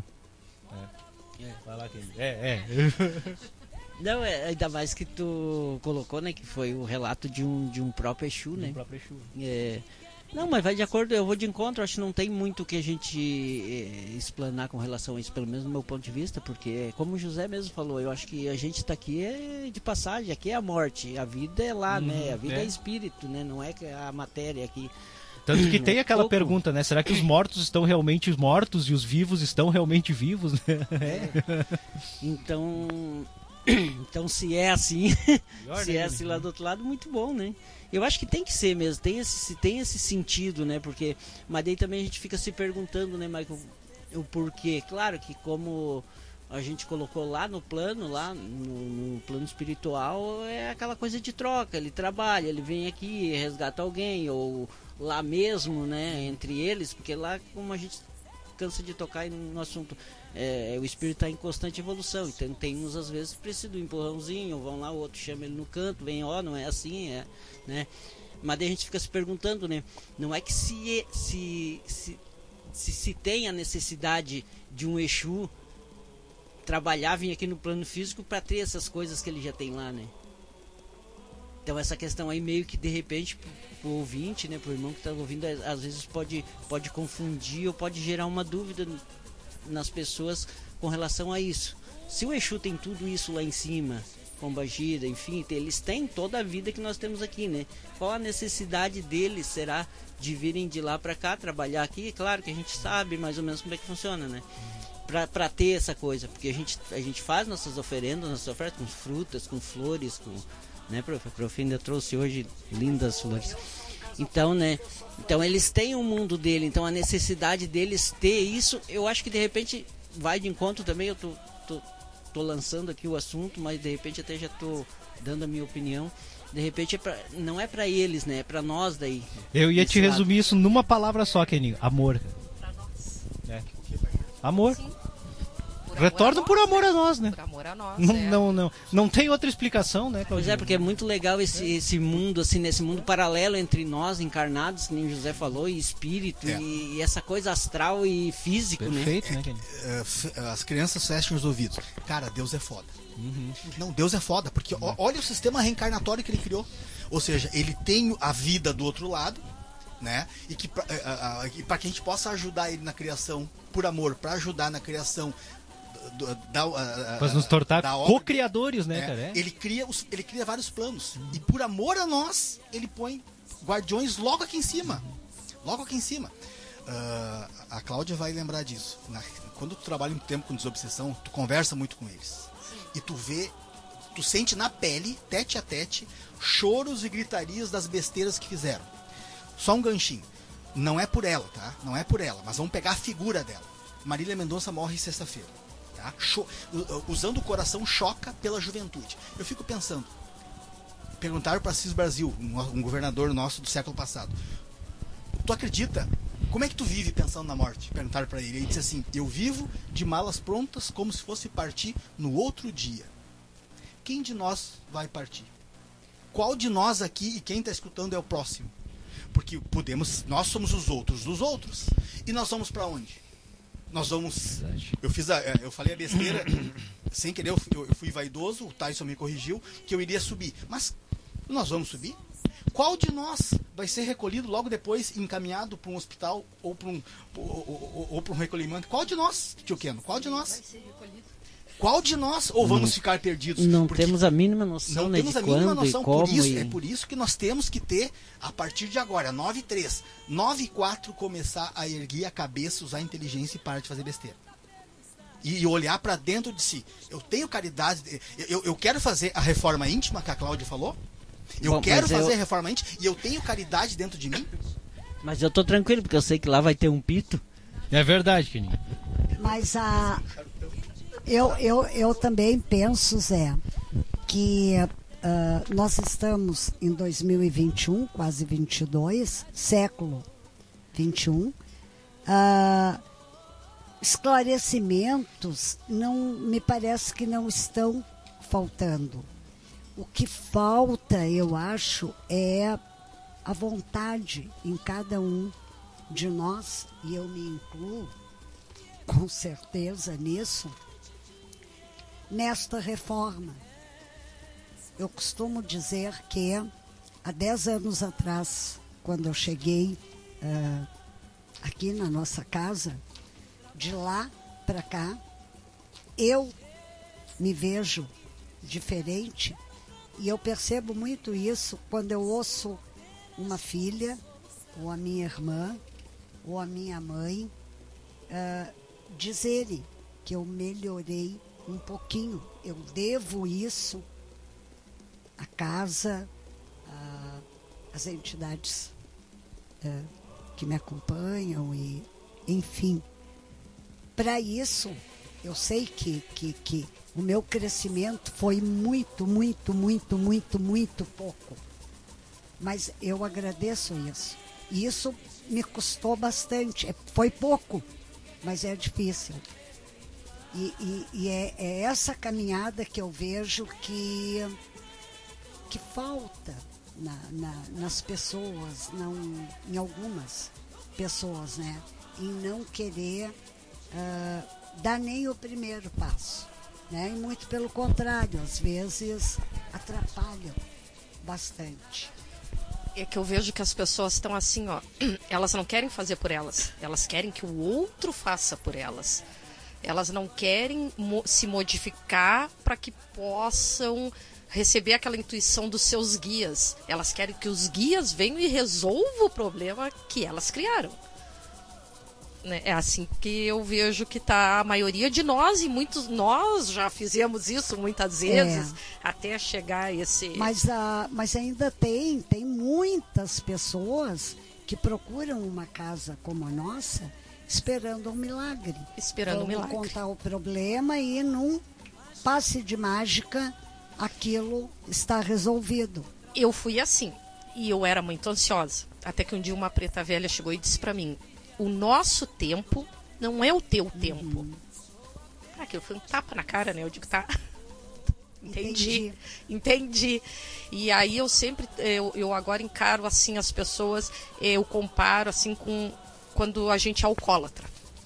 É, é. Vai lá, Keninho. É, é. Não, é, ainda mais que tu colocou, né, que foi o relato de um, de um próprio Exu, né? Um próprio Exu. É, não, mas vai de acordo, eu vou de encontro, acho que não tem muito que a gente é, explanar com relação a isso, pelo menos do meu ponto de vista, porque, como o José mesmo falou, eu acho que a gente está aqui é de passagem, aqui é a morte, a vida é lá, uhum, né? A vida é. é espírito, né? Não é a matéria aqui. Tanto que tem aquela pergunta, né? Será que os mortos estão realmente mortos e os vivos estão realmente vivos? É. Então... Então, se é assim, se é assim lá do outro lado, muito bom, né? Eu acho que tem que ser mesmo, tem esse, tem esse sentido, né? Porque, mas daí também a gente fica se perguntando, né, Michael, o porquê. Claro que como a gente colocou lá no plano, lá no, no plano espiritual, é aquela coisa de troca, ele trabalha, ele vem aqui, resgata alguém, ou lá mesmo, né, entre eles, porque lá, como a gente cansa de tocar no assunto, é, o espírito está em constante evolução, então tem uns às vezes precisa de um empurrãozinho, vão lá, o outro chama ele no canto, vem, ó, não é assim, é, né? Mas daí a gente fica se perguntando, né? Não é que se se, se, se, se tem a necessidade de um Exu trabalhar, vir aqui no plano físico para ter essas coisas que ele já tem lá, né? Então essa questão aí meio que de repente pro ouvinte, né, pro irmão que está ouvindo, às vezes pode, pode confundir ou pode gerar uma dúvida nas pessoas com relação a isso. Se o Exu tem tudo isso lá em cima, Pombagira, enfim, eles têm toda a vida que nós temos aqui, né? Qual a necessidade deles será de virem de lá para cá trabalhar aqui? Claro que a gente sabe mais ou menos como é que funciona, né? Para ter essa coisa, porque a gente, a gente faz nossas oferendas, nossas ofertas com frutas, com flores, com, né, prof? A prof ainda trouxe hoje lindas flores. Então, né? Então eles têm um mundo dele, então a necessidade deles ter isso, eu acho que de repente vai de encontro também, eu tô, tô, tô lançando aqui o assunto, mas de repente até já tô dando a minha opinião. De repente é pra, não é para eles, né? É para nós daí. Eu ia te resumir lado. Isso numa palavra só, Keninho. Amor. Pra nós. É. Amor. Sim. Retornam por amor a nós, né? Por amor a nós, não, é. não, não, não tem outra explicação, né, Claudinho? Pois é, porque é muito legal esse, esse mundo, assim, nesse mundo paralelo entre nós, encarnados, que nem o José falou, e espírito, é. e, e essa coisa astral e físico, perfeito, né? né? É, é, as crianças fecham os ouvidos. Cara, Deus é foda. Uhum. Não, Deus é foda, porque uhum. olha o sistema reencarnatório que ele criou. Ou seja, ele tem a vida do outro lado, né? E que para que a gente possa ajudar ele na criação por amor, para ajudar na criação para nos tornar co-criadores, né, é, cara? É. Ele cria os, ele cria vários planos uhum. e por amor a nós ele põe guardiões logo aqui em cima, logo aqui em cima. Uh, a Cláudia vai lembrar disso. Na, quando tu trabalha um tempo com desobsessão, tu conversa muito com eles e tu vê, tu sente na pele, tete a tete, choros e gritarias das besteiras que fizeram. Só um ganchinho. Não é por ela, tá? Não é por ela, mas vamos pegar a figura dela. Marília Mendonça morre sexta-feira. Tá? Cho- usando o coração choca pela juventude. Eu fico pensando, perguntaram para Cis Brasil, um, um governador nosso do século passado, tu acredita? Como é que tu vive pensando na morte? Perguntaram para ele. Ele disse assim, eu vivo de malas prontas como se fosse partir no outro dia. Quem de nós vai partir? Qual de nós aqui e quem está escutando é o próximo? Porque podemos, nós somos os outros dos outros. E nós vamos para onde? Nós vamos... Eu fiz a, eu falei a besteira, sem querer, eu, eu fui vaidoso, o Tyson me corrigiu, que eu iria subir. Mas nós vamos subir? Qual de nós vai ser recolhido logo depois, encaminhado para um hospital ou para um, ou, ou, ou para um recolhimento. Qual de nós, tio Keno? Qual de nós? Vai ser recolhido. Qual de nós? Ou vamos não, ficar perdidos? Não temos a mínima noção, não né, temos de a mínima quando noção. e como. Por isso, e... É por isso que nós temos que ter, a partir de agora, nove e três, nove e quatro, começar a erguer a cabeça, usar a inteligência e parar de fazer besteira. E, e olhar para dentro de si. Eu tenho caridade, eu, eu quero fazer a reforma íntima que a Cláudia falou. Eu Bom, quero fazer eu... a reforma íntima e eu tenho caridade dentro de mim. Mas eu tô tranquilo, porque eu sei que lá vai ter um pito. É verdade, Keninho. Mas a... Eu, eu, eu também penso, Zé, que uh, nós estamos em dois mil e vinte e um, quase vinte e dois, século vinte e um. Uh, esclarecimentos não me parece que não estão faltando. O que falta, eu acho, é a vontade em cada um de nós, e eu me incluo com certeza nisso, nesta reforma. Eu costumo dizer que há dez anos atrás, quando eu cheguei uh, aqui na nossa casa, de lá para cá, eu me vejo diferente e eu percebo muito isso quando eu ouço uma filha, ou a minha irmã, ou a minha mãe uh, dizerem que eu melhorei um pouquinho. Eu devo isso à casa, uh, às entidades uh, que me acompanham, e enfim. Para isso, eu sei que, que, que o meu crescimento foi muito, muito, muito, muito, muito pouco. Mas eu agradeço isso. E isso me custou bastante. Foi pouco, mas é difícil. E, e, e é, é essa caminhada que eu vejo que, que falta na, na, nas pessoas, não, em algumas pessoas, né? Em não querer uh, dar nem o primeiro passo. Né? E muito pelo contrário, às vezes atrapalham bastante. É que eu vejo que as pessoas estão assim, ó, elas não querem fazer por elas, elas querem que o outro faça por elas. Elas não querem mo- se modificar para que possam receber aquela intuição dos seus guias. Elas querem que os guias venham e resolvam o problema que elas criaram. Né? É assim que eu vejo que está a maioria de nós, e muitos nós já fizemos isso muitas vezes, é. até chegar a esse... Mas, a, mas ainda tem, tem muitas pessoas que procuram uma casa como a nossa esperando um milagre. Esperando um milagre. Contar o problema e num passe de mágica aquilo está resolvido. Eu fui assim, e eu era muito ansiosa. Até que um dia uma preta velha chegou e disse para mim: o nosso tempo não é o teu uhum. tempo. Ah, aquilo foi um tapa na cara, né? Eu digo, tá. Entendi. Entendi. Entendi. E aí eu sempre, eu, eu agora encaro assim as pessoas, eu comparo assim com quando a gente é alcoólatra.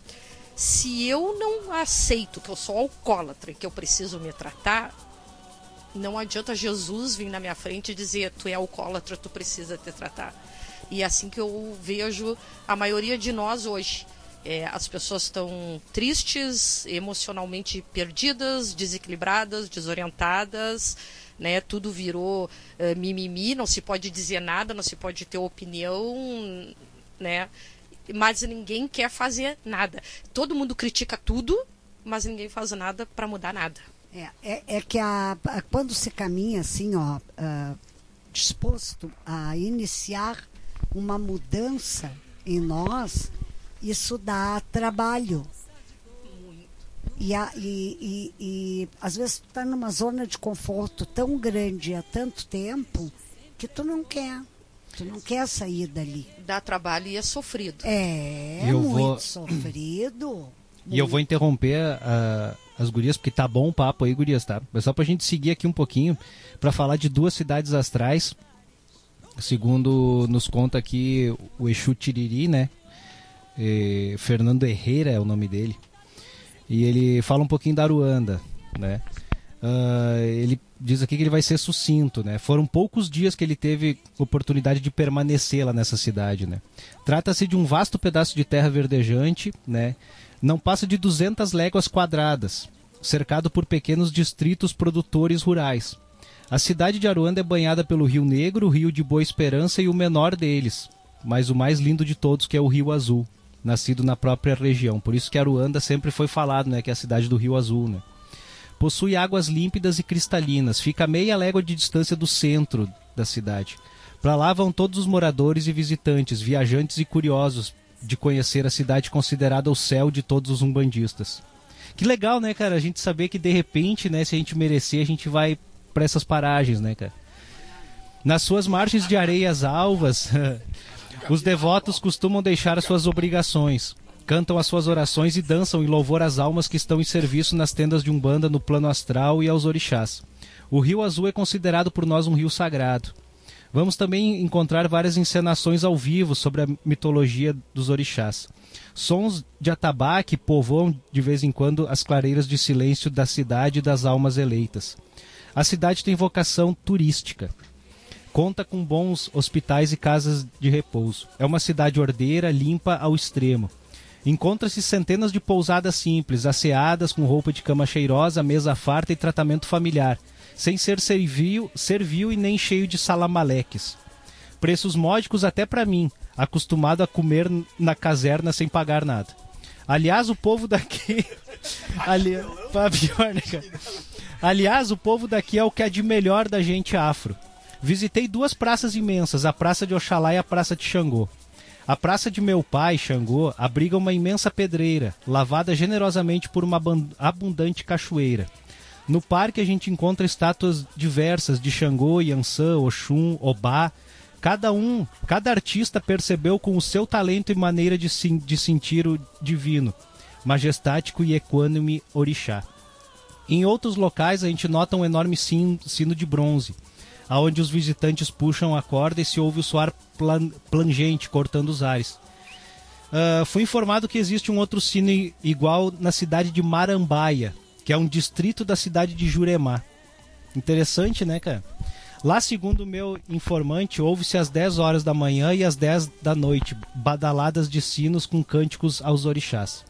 Se eu não aceito que eu sou alcoólatra e que eu preciso me tratar, não adianta Jesus vir na minha frente e dizer: tu é alcoólatra, tu precisa te tratar. E é assim que eu vejo a maioria de nós hoje. É, as pessoas estão tristes, emocionalmente perdidas, desequilibradas, desorientadas, né? Tudo virou uh, mimimi, não se pode dizer nada, não se pode ter opinião, né? Mas ninguém quer fazer nada. Todo mundo critica tudo, mas ninguém faz nada para mudar nada. É, é, é que a, a, quando se caminha assim, ó, uh, disposto a iniciar uma mudança em nós, isso dá trabalho. E, a, e, e, e às vezes tu está numa zona de conforto tão grande há tanto tempo que tu não quer. Tu não quer sair dali. Dá trabalho e é sofrido. É, eu muito vou... sofrido. E eu vou interromper uh, as gurias, porque tá bom o papo aí, gurias, tá? Mas só pra gente seguir aqui um pouquinho, pra falar de duas cidades astrais. Segundo nos conta aqui o Exu Tiriri, né? E Fernando Herrera é o nome dele. E ele fala um pouquinho da Aruanda, né? Uh, ele diz aqui que ele vai ser sucinto, né? Foram poucos dias que ele teve oportunidade de permanecer lá nessa cidade, né? Trata-se de um vasto pedaço de terra verdejante, né? Não passa de duzentas léguas quadradas, cercado por pequenos distritos produtores rurais. A cidade de Aruanda é banhada pelo Rio Negro, o Rio de Boa Esperança e o menor deles, mas o mais lindo de todos, que é o Rio Azul, nascido na própria região. Por isso que Aruanda sempre foi falado, né? Que é a cidade do Rio Azul, né? Possui águas límpidas e cristalinas. Fica a meia légua de distância do centro da cidade. Para lá vão todos os moradores e visitantes, viajantes e curiosos de conhecer a cidade considerada o céu de todos os umbandistas. Que legal, né, cara? A gente saber que de repente, né, se a gente merecer, a gente vai para essas paragens, né, cara? Nas suas margens de areias alvas, os devotos costumam deixar as suas obrigações. Cantam as suas orações e dançam em louvor às almas que estão em serviço nas tendas de Umbanda no plano astral e aos orixás. O Rio Azul é considerado por nós um rio sagrado. Vamos também encontrar várias encenações ao vivo sobre a mitologia dos orixás. Sons de atabaque povoam de vez em quando as clareiras de silêncio da cidade e das almas eleitas. A cidade tem vocação turística. Conta com bons hospitais e casas de repouso. É uma cidade ordeira, limpa ao extremo. Encontra-se centenas de pousadas simples, asseadas com roupa de cama cheirosa, mesa farta e tratamento familiar, sem ser servil, servil e nem cheio de salamaleques. Preços módicos até para mim, acostumado a comer na caserna sem pagar nada. Aliás, o povo daqui... Ali... Pior, né, cara? Aliás, o povo daqui é o que é de melhor da gente afro. Visitei duas praças imensas, a Praça de Oxalá e a Praça de Xangô. A praça de meu pai, Xangô, abriga uma imensa pedreira, lavada generosamente por uma abundante cachoeira. No parque a gente encontra estátuas diversas de Xangô, Yansan, Oxum, Obá. Cada um, cada artista percebeu com o seu talento e maneira de, de sentir o divino, majestático e equânime orixá. Em outros locais a gente nota um enorme sino, sino de bronze, aonde os visitantes puxam a corda e se ouve o soar plan, plangente, cortando os ares. Uh, fui informado que existe um outro sino igual na cidade de Marambaia, que é um distrito da cidade de Juremá. Interessante, né, cara? Lá, segundo o meu informante, ouve-se às dez horas da manhã e às dez da noite, badaladas de sinos com cânticos aos orixás.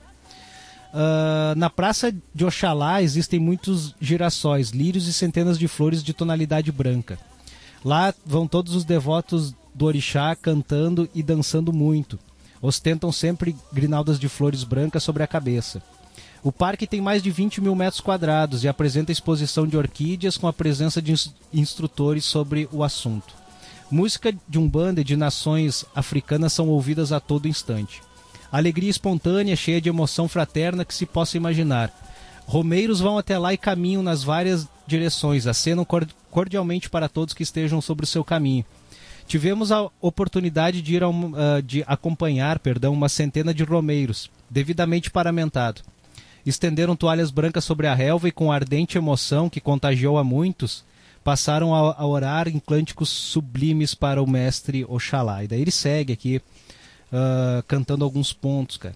Uh, na Praça de Oxalá existem muitos girassóis, lírios e centenas de flores de tonalidade branca. Lá vão todos os devotos do orixá cantando e dançando muito. Ostentam sempre grinaldas de flores brancas sobre a cabeça. O parque tem mais de vinte mil metros quadrados e apresenta exposição de orquídeas com a presença de instrutores sobre o assunto. Música de umbanda e de nações africanas são ouvidas a todo instante. Alegria espontânea, cheia de emoção fraterna que se possa imaginar. Romeiros vão até lá e caminham nas várias direções, acenam cordialmente para todos que estejam sobre o seu caminho. Tivemos a oportunidade de ir a um, uh, de acompanhar, perdão, uma centena de romeiros, devidamente paramentado. Estenderam toalhas brancas sobre a relva e com ardente emoção que contagiou a muitos, passaram a, a orar em cânticos sublimes para o mestre Oxalá. E daí ele segue aqui, uh, cantando alguns pontos, cara.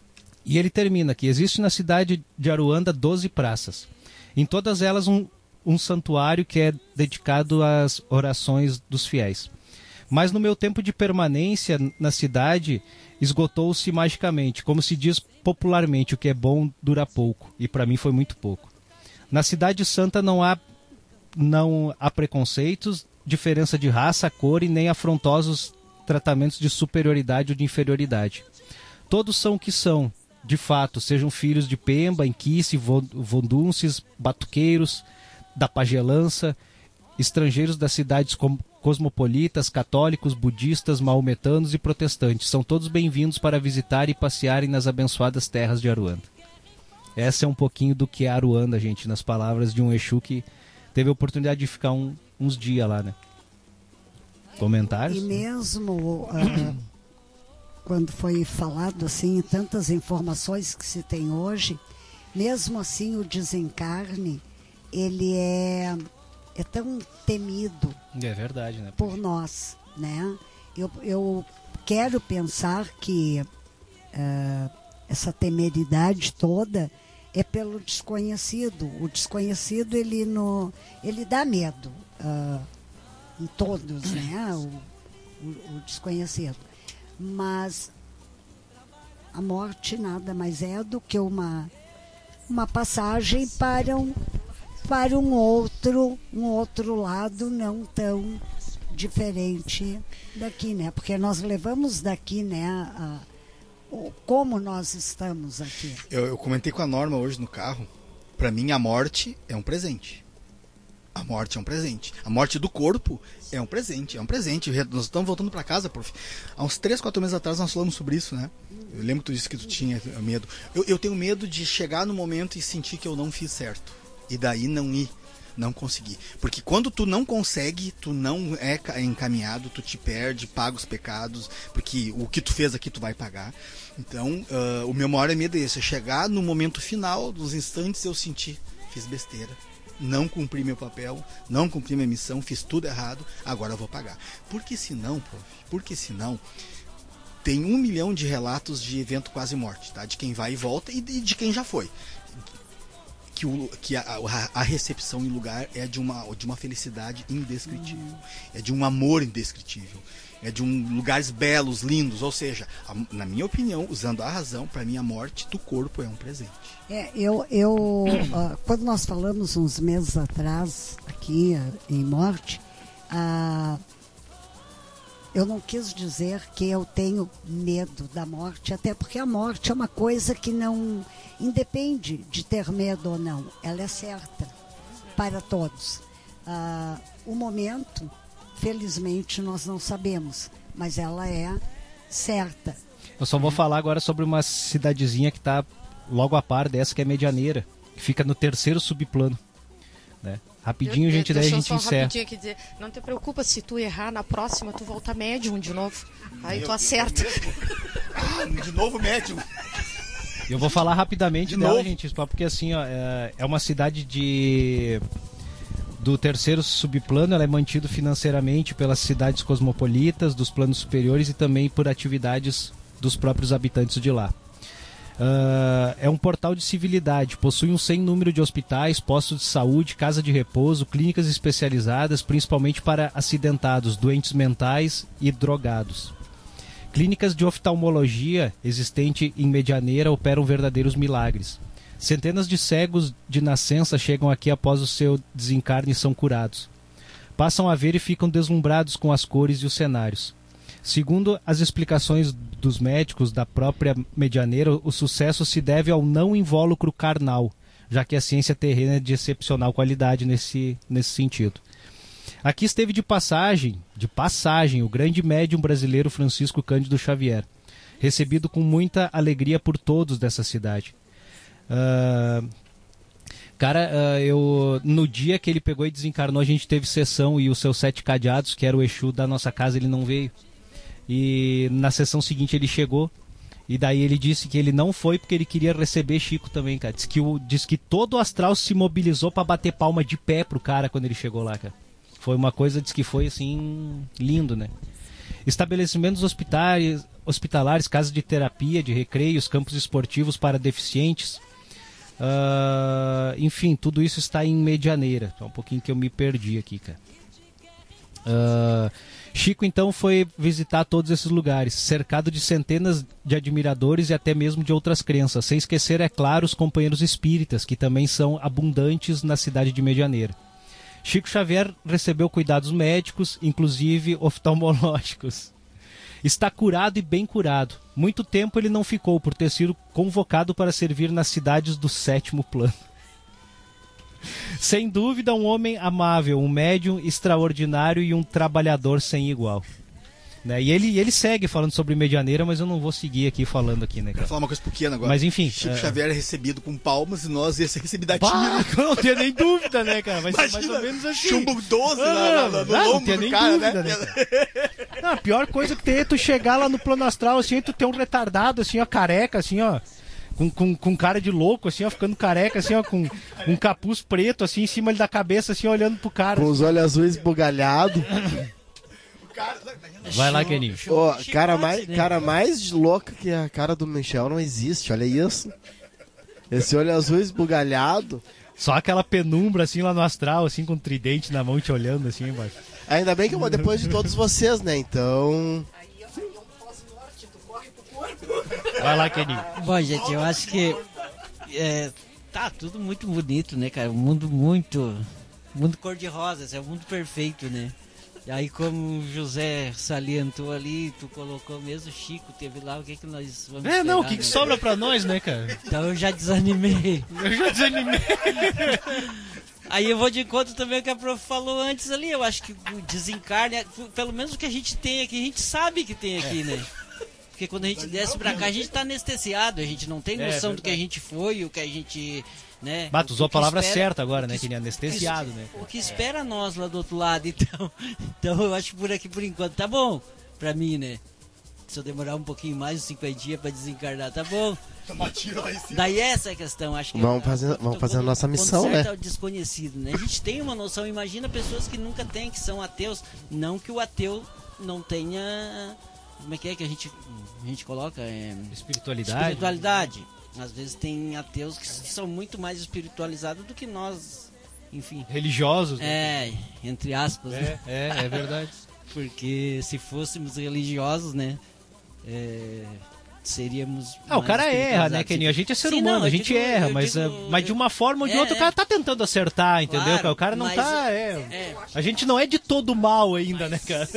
E ele termina aqui: existe na cidade de Aruanda doze praças. Em todas elas um, um santuário que é dedicado às orações dos fiéis. Mas no meu tempo de permanência na cidade, esgotou-se magicamente. Como se diz popularmente, o que é bom dura pouco. E para mim foi muito pouco. Na cidade santa não há, não há preconceitos, diferença de raça, cor e nem afrontosos tratamentos de superioridade ou de inferioridade. Todos são o que são, de fato, sejam filhos de Pemba, Inquice, Vondunces, batuqueiros, da pagelança, estrangeiros das cidades como cosmopolitas, católicos, budistas, maometanos e protestantes. São todos bem-vindos para visitar e passearem nas abençoadas terras de Aruanda. Essa é um pouquinho do que é Aruanda, gente, nas palavras de um Exu que teve a oportunidade de ficar um, uns dias lá, né? Comentários? E mesmo uh, quando foi falado assim, tantas informações que se tem hoje, mesmo assim o desencarne, ele é... é tão temido, é verdade, né, por nós, né? Eu, eu quero pensar que uh, essa temeridade toda é pelo desconhecido. O desconhecido, ele, no, ele dá medo uh, em todos, né? O, o, o desconhecido. Mas a morte nada mais é do que uma, uma passagem para um, para um outro, um outro lado não tão diferente daqui, né? Porque nós levamos daqui, né, a, a, como nós estamos aqui. Eu, eu comentei com a Norma hoje no carro. Para mim, a morte é um presente. A morte é um presente. A morte do corpo é um presente. É um presente. Nós estamos voltando para casa, prof. Há uns três, quatro meses atrás nós falamos sobre isso, né? Eu lembro que tu disse que tu tinha medo. Eu, eu tenho medo de chegar no momento e sentir que eu não fiz certo. E daí não ir. Não conseguir. Porque quando tu não consegue, tu não é encaminhado, tu te perde, paga os pecados, porque o que tu fez aqui tu vai pagar. Então, uh, o meu maior medo é esse, é chegar no momento final, nos instantes eu sentir, fiz besteira, não cumpri meu papel, não cumpri minha missão, fiz tudo errado, agora eu vou pagar. Porque senão, prof, porque senão, tem um milhão de relatos de evento quase morte, tá? De quem vai e volta e de, de quem já foi. Que, o, que a, a, a recepção em lugar é de uma, de uma felicidade indescritível, uhum. É de um amor indescritível, é de um, lugares belos, lindos, ou seja, a, na minha opinião, usando a razão, para mim a morte do corpo é um presente. É, eu, eu uh, quando nós falamos uns meses atrás aqui uh, em morte, uh, eu não quis dizer que eu tenho medo da morte, até porque a morte é uma coisa que não independe de ter medo ou não, ela é certa para todos. Uh, o momento, felizmente, nós não sabemos, mas ela é certa. Eu só vou falar agora sobre uma cidadezinha que está logo a par dessa, que é Medianeira, que fica no terceiro subplano, né? Rapidinho, eu, gente, daí a gente encerra. Aqui dizer, não te preocupa, se tu errar na próxima, tu volta médium de novo. Aí tu acerta. De novo médium. Eu vou falar rapidamente de dela, novo? gente, porque assim, ó, é, é uma cidade de do terceiro subplano, ela é mantida financeiramente pelas cidades cosmopolitas, dos planos superiores e também por atividades dos próprios habitantes de lá. Uh, é um portal de civilidade, possui um sem número de hospitais, postos de saúde, casa de repouso, clínicas especializadas, principalmente para acidentados, doentes mentais e drogados. Clínicas de oftalmologia existente em Medianeira operam verdadeiros milagres. Centenas de cegos de nascença chegam aqui após o seu desencarne e são curados. Passam a ver e ficam deslumbrados com as cores e os cenários. Segundo as explicações dos médicos da própria Medianeira, o sucesso se deve ao não invólucro carnal, já que a ciência terrena é de excepcional qualidade nesse, nesse sentido. Aqui esteve de passagem, de passagem, o grande médium brasileiro Francisco Cândido Xavier, recebido com muita alegria por todos dessa cidade. Uh, cara, uh, eu, no dia que ele pegou e desencarnou, a gente teve sessão e os seus sete cadeados, que era o Exu da nossa casa, ele não veio. E na sessão seguinte ele chegou e daí ele disse que ele não foi porque ele queria receber Chico também, cara. Diz que, o, diz que todo o astral se mobilizou para bater palma de pé pro cara quando ele chegou lá, cara. Foi uma coisa, diz que foi assim, lindo, né? Estabelecimentos hospitais, hospitalares, casas de terapia, de recreios, campos esportivos para deficientes. Uh, enfim, tudo isso está em Medianeira. Então, um pouquinho que eu me perdi aqui, cara. Uh, Chico então foi visitar todos esses lugares, cercado de centenas de admiradores e até mesmo de outras crenças, sem esquecer, é claro, os companheiros espíritas, que também são abundantes na cidade de Medianeira. Chico Xavier recebeu cuidados médicos, inclusive oftalmológicos. Está curado e bem curado. Muito tempo ele não ficou por ter sido convocado para servir nas cidades do sétimo plano. Sem dúvida, um homem amável, um médium extraordinário e um trabalhador sem igual. Né? E ele, ele segue falando sobre Medianeira, mas eu não vou seguir aqui falando aqui, né, cara? Quero falar uma coisa pequena agora. Mas enfim. Chico é... Xavier é recebido com palmas e nós ia ser recebido a bah, tiro. Não tenho nem dúvida, né, cara? Vai ser mais ou menos assim. Chumbo doze ah, na, na, no não, lombo não do cara, dúvida, né? né não, a pior coisa que tem é tu chegar lá no plano astral, assim, e tu ter um retardado, assim, ó, careca, assim, ó. Com, com, com cara de louco, assim, ó, ficando careca, assim, ó, com um capuz preto, assim, em cima da cabeça, assim, olhando pro cara. Com assim. os olhos azuis bugalhados. Vai lá, Keninho. Oh, cara, mais, cara mais louca que a cara do Michel não existe, olha isso. Esse olho azul esbugalhado. Só aquela penumbra assim lá no astral, assim, com um tridente na mão te olhando assim embaixo. Ainda bem que eu vou depois de todos vocês, né? Então. Vai lá, Keninho. Bom, gente, eu acho que é, tá tudo muito bonito, né, cara? Um mundo muito. Mundo cor-de-rosa, esse é o mundo perfeito, né? E aí, como o José salientou ali, tu colocou mesmo, o Chico teve lá, o que que nós vamos É, não, o que, esperar, que né? sobra pra nós, né, cara? Então eu já desanimei. Eu já desanimei. Aí eu vou de encontro também ao que a prof falou antes ali, eu acho que o desencarne, pelo menos o que a gente tem aqui, a gente sabe que tem aqui, né? Porque quando a gente desce pra cá, a gente tá anestesiado, a gente não tem noção É, do que a gente foi, o que a gente... né? Bato, usou a O que palavra espera- certa agora, o né? Que nem anestesiado, né? O que espera nós lá do outro lado, então. Então eu acho que por aqui, por enquanto, tá bom pra mim, né? Se eu demorar um pouquinho mais, uns cinquenta dias pra desencarnar, tá bom? Daí essa é a questão, acho que... Vamos fazer, vamos fazer a nossa missão, Quando né? certo é o desconhecido, né? A gente tem uma noção, imagina pessoas que nunca têm, que são ateus. Não que o ateu não tenha... Como é que é que a gente, a gente coloca? É, espiritualidade. Espiritualidade. Às vezes tem ateus que são muito mais espiritualizados do que nós, enfim. Religiosos. É, entre aspas. É, né? é, é verdade. Porque se fôssemos religiosos, né? É, seríamos. Ah, o mais cara erra, espiritualizados. né, Keninho? A gente é ser Sim, humano, não, a eu gente digo- erra, eu mas, digo- é, mas de uma forma ou de É, outra o é. cara tá tentando acertar, entendeu? Claro, cara? O cara não mas tá. é- É, é. A gente não é de todo mal ainda, né, cara?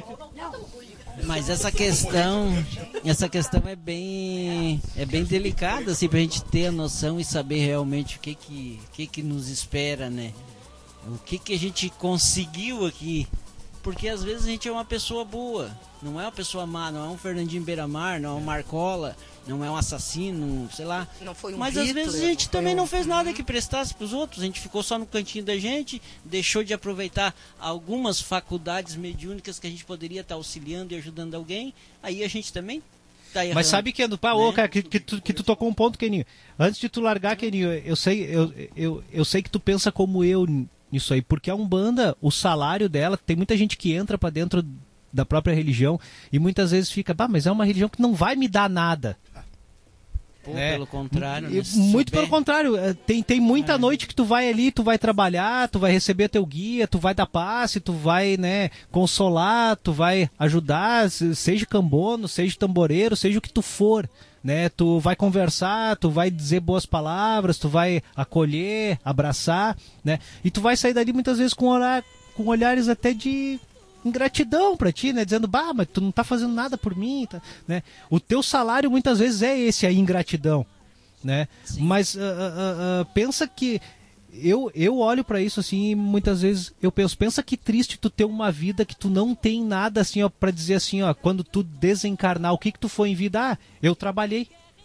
Mas essa questão, essa questão é bem, é bem delicada, assim, pra gente ter a noção e saber realmente o que que, o que, que nos espera, né? O que que a gente conseguiu aqui. Porque às vezes a gente é uma pessoa boa, não é uma pessoa má, não é um Fernandinho Beiramar, não é um Marcola, não é um assassino, sei lá. Não foi um Mas às Hitler, vezes a gente não foi também um- não fez nada que prestasse pros outros, a gente ficou só no cantinho da gente, deixou de aproveitar algumas faculdades mediúnicas que a gente poderia estar auxiliando e ajudando alguém, aí a gente também tá errando. Mas sabe que, pá, ô, cara, que, que, tu, que tu tocou um ponto, Keninho. Antes de tu largar, Keninho, eu sei, eu, eu, eu sei que tu pensa como eu nisso aí, porque a Umbanda, o salário dela, tem muita gente que entra pra dentro da própria religião e muitas vezes fica, bah, mas é uma religião que não vai me dar nada. Pô, né? pelo contrário, E né? Se muito souber- pelo contrário, eh, tem, tem muita noite que tu vai ali, tu vai trabalhar, tu vai receber teu guia, tu vai dar passe, tu vai, né, consolar, tu vai ajudar, se- seja cambono, seja tamboreiro, seja o que tu for, né, tu vai conversar, tu vai dizer boas palavras, tu vai acolher, abraçar, né, e tu vai sair dali muitas vezes com, olhar, com olhares até de ingratidão pra ti, né? Dizendo, bah, mas tu não tá fazendo nada por mim, tá? Né? O teu salário muitas vezes é esse, a ingratidão, né? Mas ah, ah, ah, pensa que eu, eu olho pra isso assim e muitas vezes eu penso, pensa que triste tu ter uma vida que tu não tem nada assim, ó, pra dizer assim, ó, quando tu desencarnar, o que que tu foi em vida? Ah, eu trabalhei.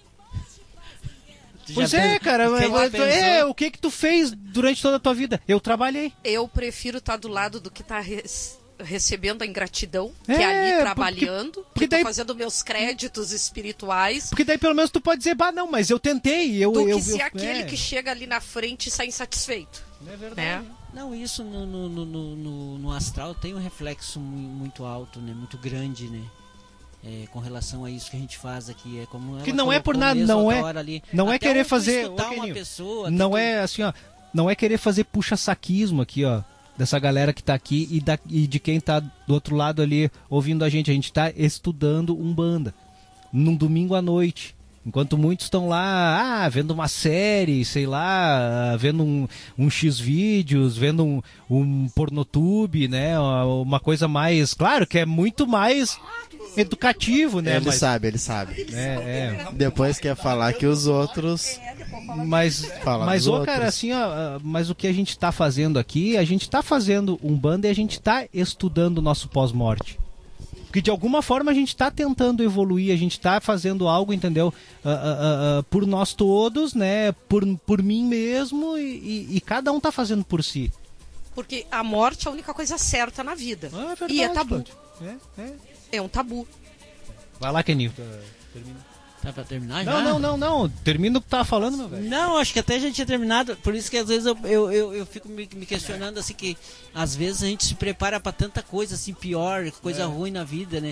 Tu Pois já é, pensa- cara, o que mas- tu é, pensou? o que que tu fez durante toda a tua vida? Eu trabalhei. Eu prefiro estar do lado do que tá res- recebendo a ingratidão, que É, é ali porque- trabalhando, porque que tô daí- fazendo meus créditos espirituais, Porque daí pelo menos tu pode dizer, bah, não, mas eu tentei, eu... do eu, que ser eu- aquele é. que chega ali na frente e sai insatisfeito. É verdade. Né? Não, isso no, no, no, no- no, no astral tem um reflexo mu- muito alto, né? Muito grande, né? É, com relação a isso que a gente faz aqui. É como Que ela não é por colocou nada, mesmo não outra é, hora ali. não é Até querer o- tu fazer, escutar ô, uma Keninho, pessoa, não tu- é assim, ó, não é querer fazer puxa-saquismo aqui, ó, dessa galera que tá aqui e, da, e de quem tá do outro lado ali ouvindo a gente. A gente tá estudando Umbanda num domingo à noite. Enquanto muitos estão lá, ah, vendo uma série, sei lá, vendo um, um X-Vídeos, vendo um, um pornotube, né? Uma coisa mais... Claro que é muito mais educativo, né? Ele mas, sabe, ele sabe. É, é. Depois quer falar que os outros. Mas, Fala mas dos ô, cara, outros. assim, ó, ah, mas o que a gente tá fazendo aqui, a gente tá fazendo Umbanda e a gente tá estudando o nosso pós-morte. Porque de alguma forma a gente tá tentando evoluir, a gente tá fazendo algo, entendeu? Ah, ah, ah, ah, por nós todos, né? Por, por mim mesmo e, e- e cada um tá fazendo por si. Porque a morte é a única coisa certa na vida. Ah, é verdade, e é tabu. Cláudio. É, é. É um tabu. Vai lá, Keninho. Tá pra terminar já? Não, não, não, não. Termina o que tu tava falando, meu velho. Não, acho que até já tinha terminado. Por isso que às vezes eu, eu, eu, eu fico me, me questionando assim que às vezes a gente se prepara pra tanta coisa assim pior, coisa É. ruim na vida, né?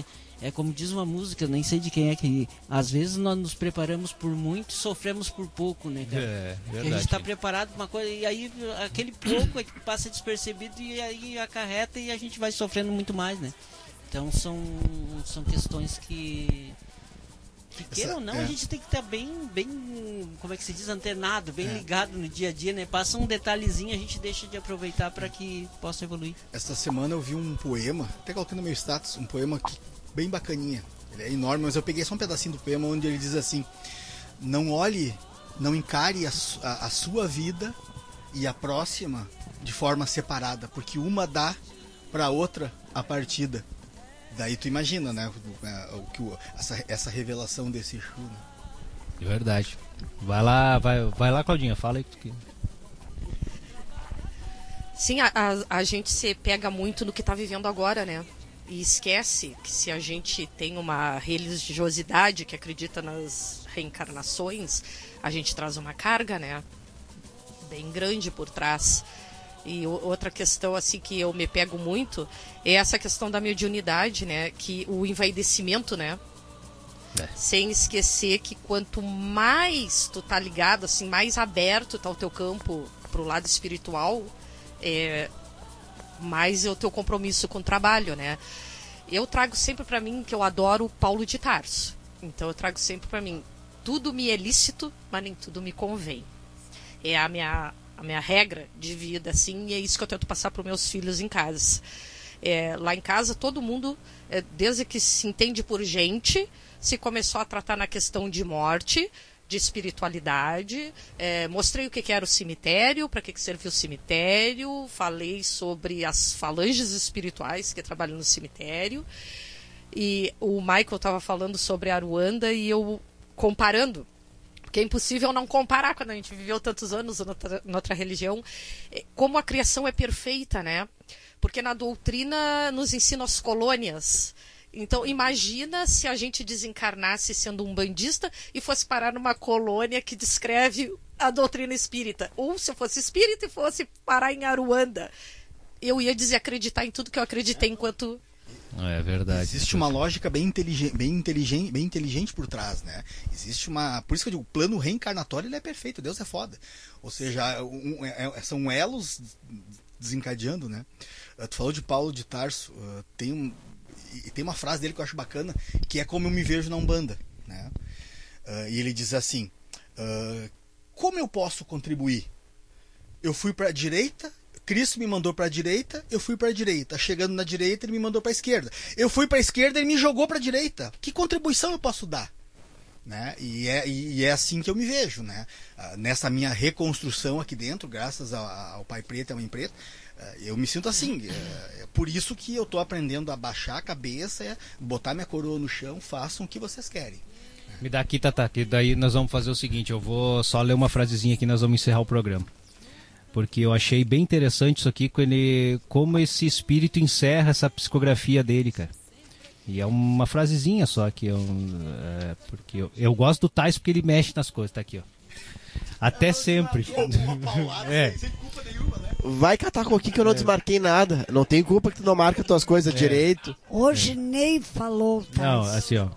É como diz uma música, nem sei de quem é, que às vezes nós nos preparamos por muito e sofremos por pouco, né, cara? É, Porque verdade. a gente está preparado para uma coisa e aí aquele pouco é que passa despercebido e aí acarreta e a gente vai sofrendo muito mais, né? Então são, são questões que... Que queira ou não, é. a gente tem que estar bem, bem, como é que se diz, antenado, bem é. ligado no dia a dia, né? Passa um detalhezinho, a gente deixa de aproveitar para que possa evoluir. Esta semana eu vi um poema, até coloquei no meu status, um poema que, bem bacaninha. Ele é enorme, mas eu peguei só um pedacinho do poema onde ele diz assim: não olhe, não encare a, a, a sua vida e a próxima de forma separada, porque uma dá para outra a partida. Daí tu imagina, né, o, o, que essa, essa revelação desse Exu, né? É verdade. Vai lá, vai, vai lá, Claudinha, fala aí que... Sim, a, a, a gente se pega muito no que está vivendo agora, né? E esquece que se a gente tem uma religiosidade que acredita nas reencarnações, a gente traz uma carga, né? Bem grande por trás. E outra questão assim que eu me pego muito é essa questão da mediunidade, né? Que o envaidecimento, né? É. Sem esquecer que quanto mais tu tá ligado, assim, mais aberto tá o teu campo pro lado espiritual, é, mais é o teu compromisso com o trabalho, né? Eu trago sempre para mim que eu adoro Paulo de Tarso. Então eu trago sempre para mim, tudo me é lícito, mas nem tudo me convém. É a minha a minha regra de vida, assim, e é isso que eu tento passar para os meus filhos em casa. É, lá em casa, todo mundo, é, desde que se entende por gente, se começou a tratar na questão de morte, de espiritualidade, é, mostrei o que, que era o cemitério, para que, que serviu o cemitério, falei sobre as falanges espirituais que trabalham no cemitério, e o Michael estava falando sobre a Aruanda e eu comparando, porque é impossível não comparar quando a gente viveu tantos anos noutra, noutra religião, como a criação é perfeita, né? Porque na doutrina nos ensina as colônias. Então, imagina se a gente desencarnasse sendo um bandista e fosse parar numa colônia que descreve a doutrina espírita. Ou se eu fosse espírita e fosse parar em Aruanda. Eu ia desacreditar em tudo que eu acreditei enquanto... É verdade. Existe uma lógica bem inteligente, bem inteligente, bem inteligente por trás, né? Existe uma... Por isso que eu digo, o plano reencarnatório ele é perfeito, Deus é foda. Ou seja, um, é, são elos desencadeando, né? Tu falou de Paulo de Tarso, uh, tem um... E tem uma frase dele que eu acho bacana, que é como eu me vejo na Umbanda, né? Uh, e ele diz assim, uh, como eu posso contribuir? Eu fui para a direita, Cristo me mandou para a direita, eu fui para a direita. Chegando na direita, ele me mandou para a esquerda. Eu fui para a esquerda, ele me jogou para a direita. Que contribuição eu posso dar? Né? E, é, e é assim que eu me vejo, né? Uh, nessa minha reconstrução aqui dentro, graças ao, ao Pai Preto e à Mãe Preta, eu me sinto assim, é por isso que eu estou aprendendo a baixar a cabeça, é botar minha coroa no chão, façam o que vocês querem. Me dá aqui, Tata, que daí nós vamos fazer o seguinte, eu vou só ler uma frasezinha aqui e nós vamos encerrar o programa. Porque eu achei bem interessante isso aqui, com ele, como esse espírito encerra essa psicografia dele, cara. E é uma frasezinha só que eu, é, porque eu, eu gosto do Tais porque ele mexe nas coisas, tá aqui, ó. Até sempre. É. Vai catar com aqui que eu não desmarquei nada. Não tem culpa que tu não marca tuas coisas é. direito. Hoje nem falou. Tais. Não, assim, ó.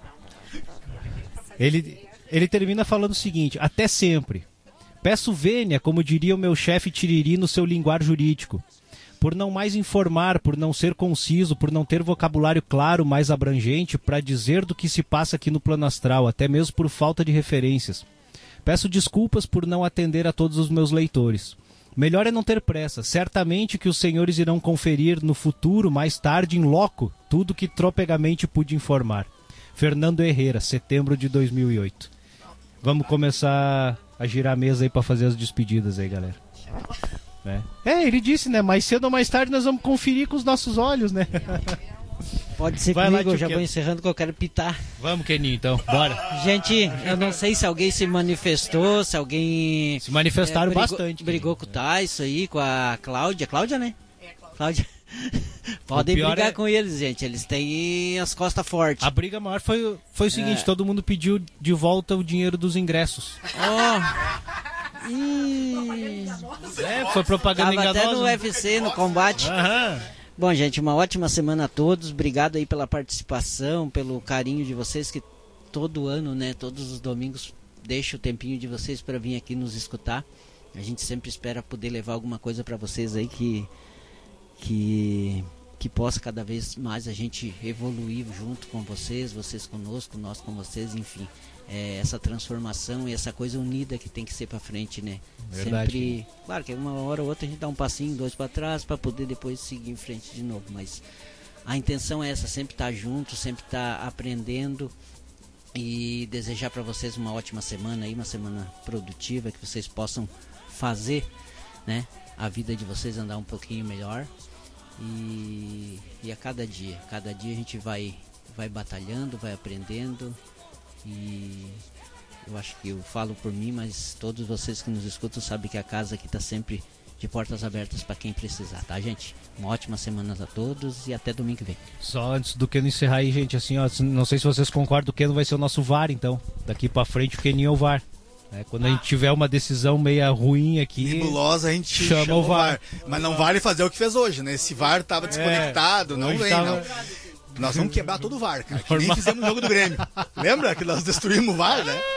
Ele, ele termina falando o seguinte: até sempre. Peço vênia, como diria o meu chefe Tiriri no seu linguar jurídico. Por não mais informar, por não ser conciso, por não ter vocabulário claro, mais abrangente, para dizer do que se passa aqui no plano astral, até mesmo por falta de referências. Peço desculpas por não atender a todos os meus leitores. Melhor é não ter pressa. Certamente que os senhores irão conferir no futuro, mais tarde, em loco, tudo que tropegamente pude informar. Fernando Herrera, setembro de dois mil e oito. Vamos começar a girar a mesa aí para fazer as despedidas aí, galera. É. é, ele disse, né? Mais cedo ou mais tarde nós vamos conferir com os nossos olhos, né? Pode ser Vai comigo, lá, eu já vou encerrando que eu quero pitar. Vamos, Keninho, então, bora. Gente, eu não sei se alguém se manifestou, se alguém... Se manifestaram é, brigou, bastante. Brigou com o Tais aí, com a Cláudia. Cláudia, né? É, Cláudia. Podem brigar é... com eles, gente. Eles têm as costas fortes. A briga maior foi, foi o seguinte, é. todo mundo pediu de volta o dinheiro dos ingressos. Oh. Ih. É, foi propaganda Tava enganosa. até no U F C, no combate. Aham. Bom, gente, uma ótima semana a todos. Obrigado aí pela participação, pelo carinho de vocês que todo ano, né, todos os domingos deixa o tempinho de vocês para vir aqui nos escutar. A gente sempre espera poder levar alguma coisa para vocês aí que que que possa cada vez mais a gente evoluir junto com vocês, vocês conosco, nós com vocês, enfim. É, essa transformação e essa coisa unida que tem que ser para frente, né? Verdade. Sempre, claro que uma hora ou outra a gente dá um passinho, dois para trás para poder depois seguir em frente de novo, mas a intenção é essa, sempre estar junto, sempre estar aprendendo e desejar para vocês uma ótima semana aí, uma semana produtiva, que vocês possam fazer, né, a vida de vocês andar um pouquinho melhor e, e a cada dia, cada dia a gente vai, vai batalhando, vai aprendendo. E eu acho que eu falo por mim, mas todos vocês que nos escutam sabem que a casa aqui está sempre de portas abertas para quem precisar, tá, gente? Uma ótima semana a todos e até domingo que vem. Só antes do Keno encerrar aí, gente, assim, ó, não sei se vocês concordam, o Keno vai ser o nosso V A R, então. Daqui para frente o Keninho é o V A R. É, quando ah. a gente tiver uma decisão meia ruim aqui, nebulosa, a gente chama, chama o V A R. Mas não vale fazer o que fez hoje, né? Esse V A R tava desconectado, é, não vem, tava... não. Nós vamos quebrar todo o V A R, cara. Que nem fizemos no jogo do Grêmio. Lembra que nós destruímos o V A R, né?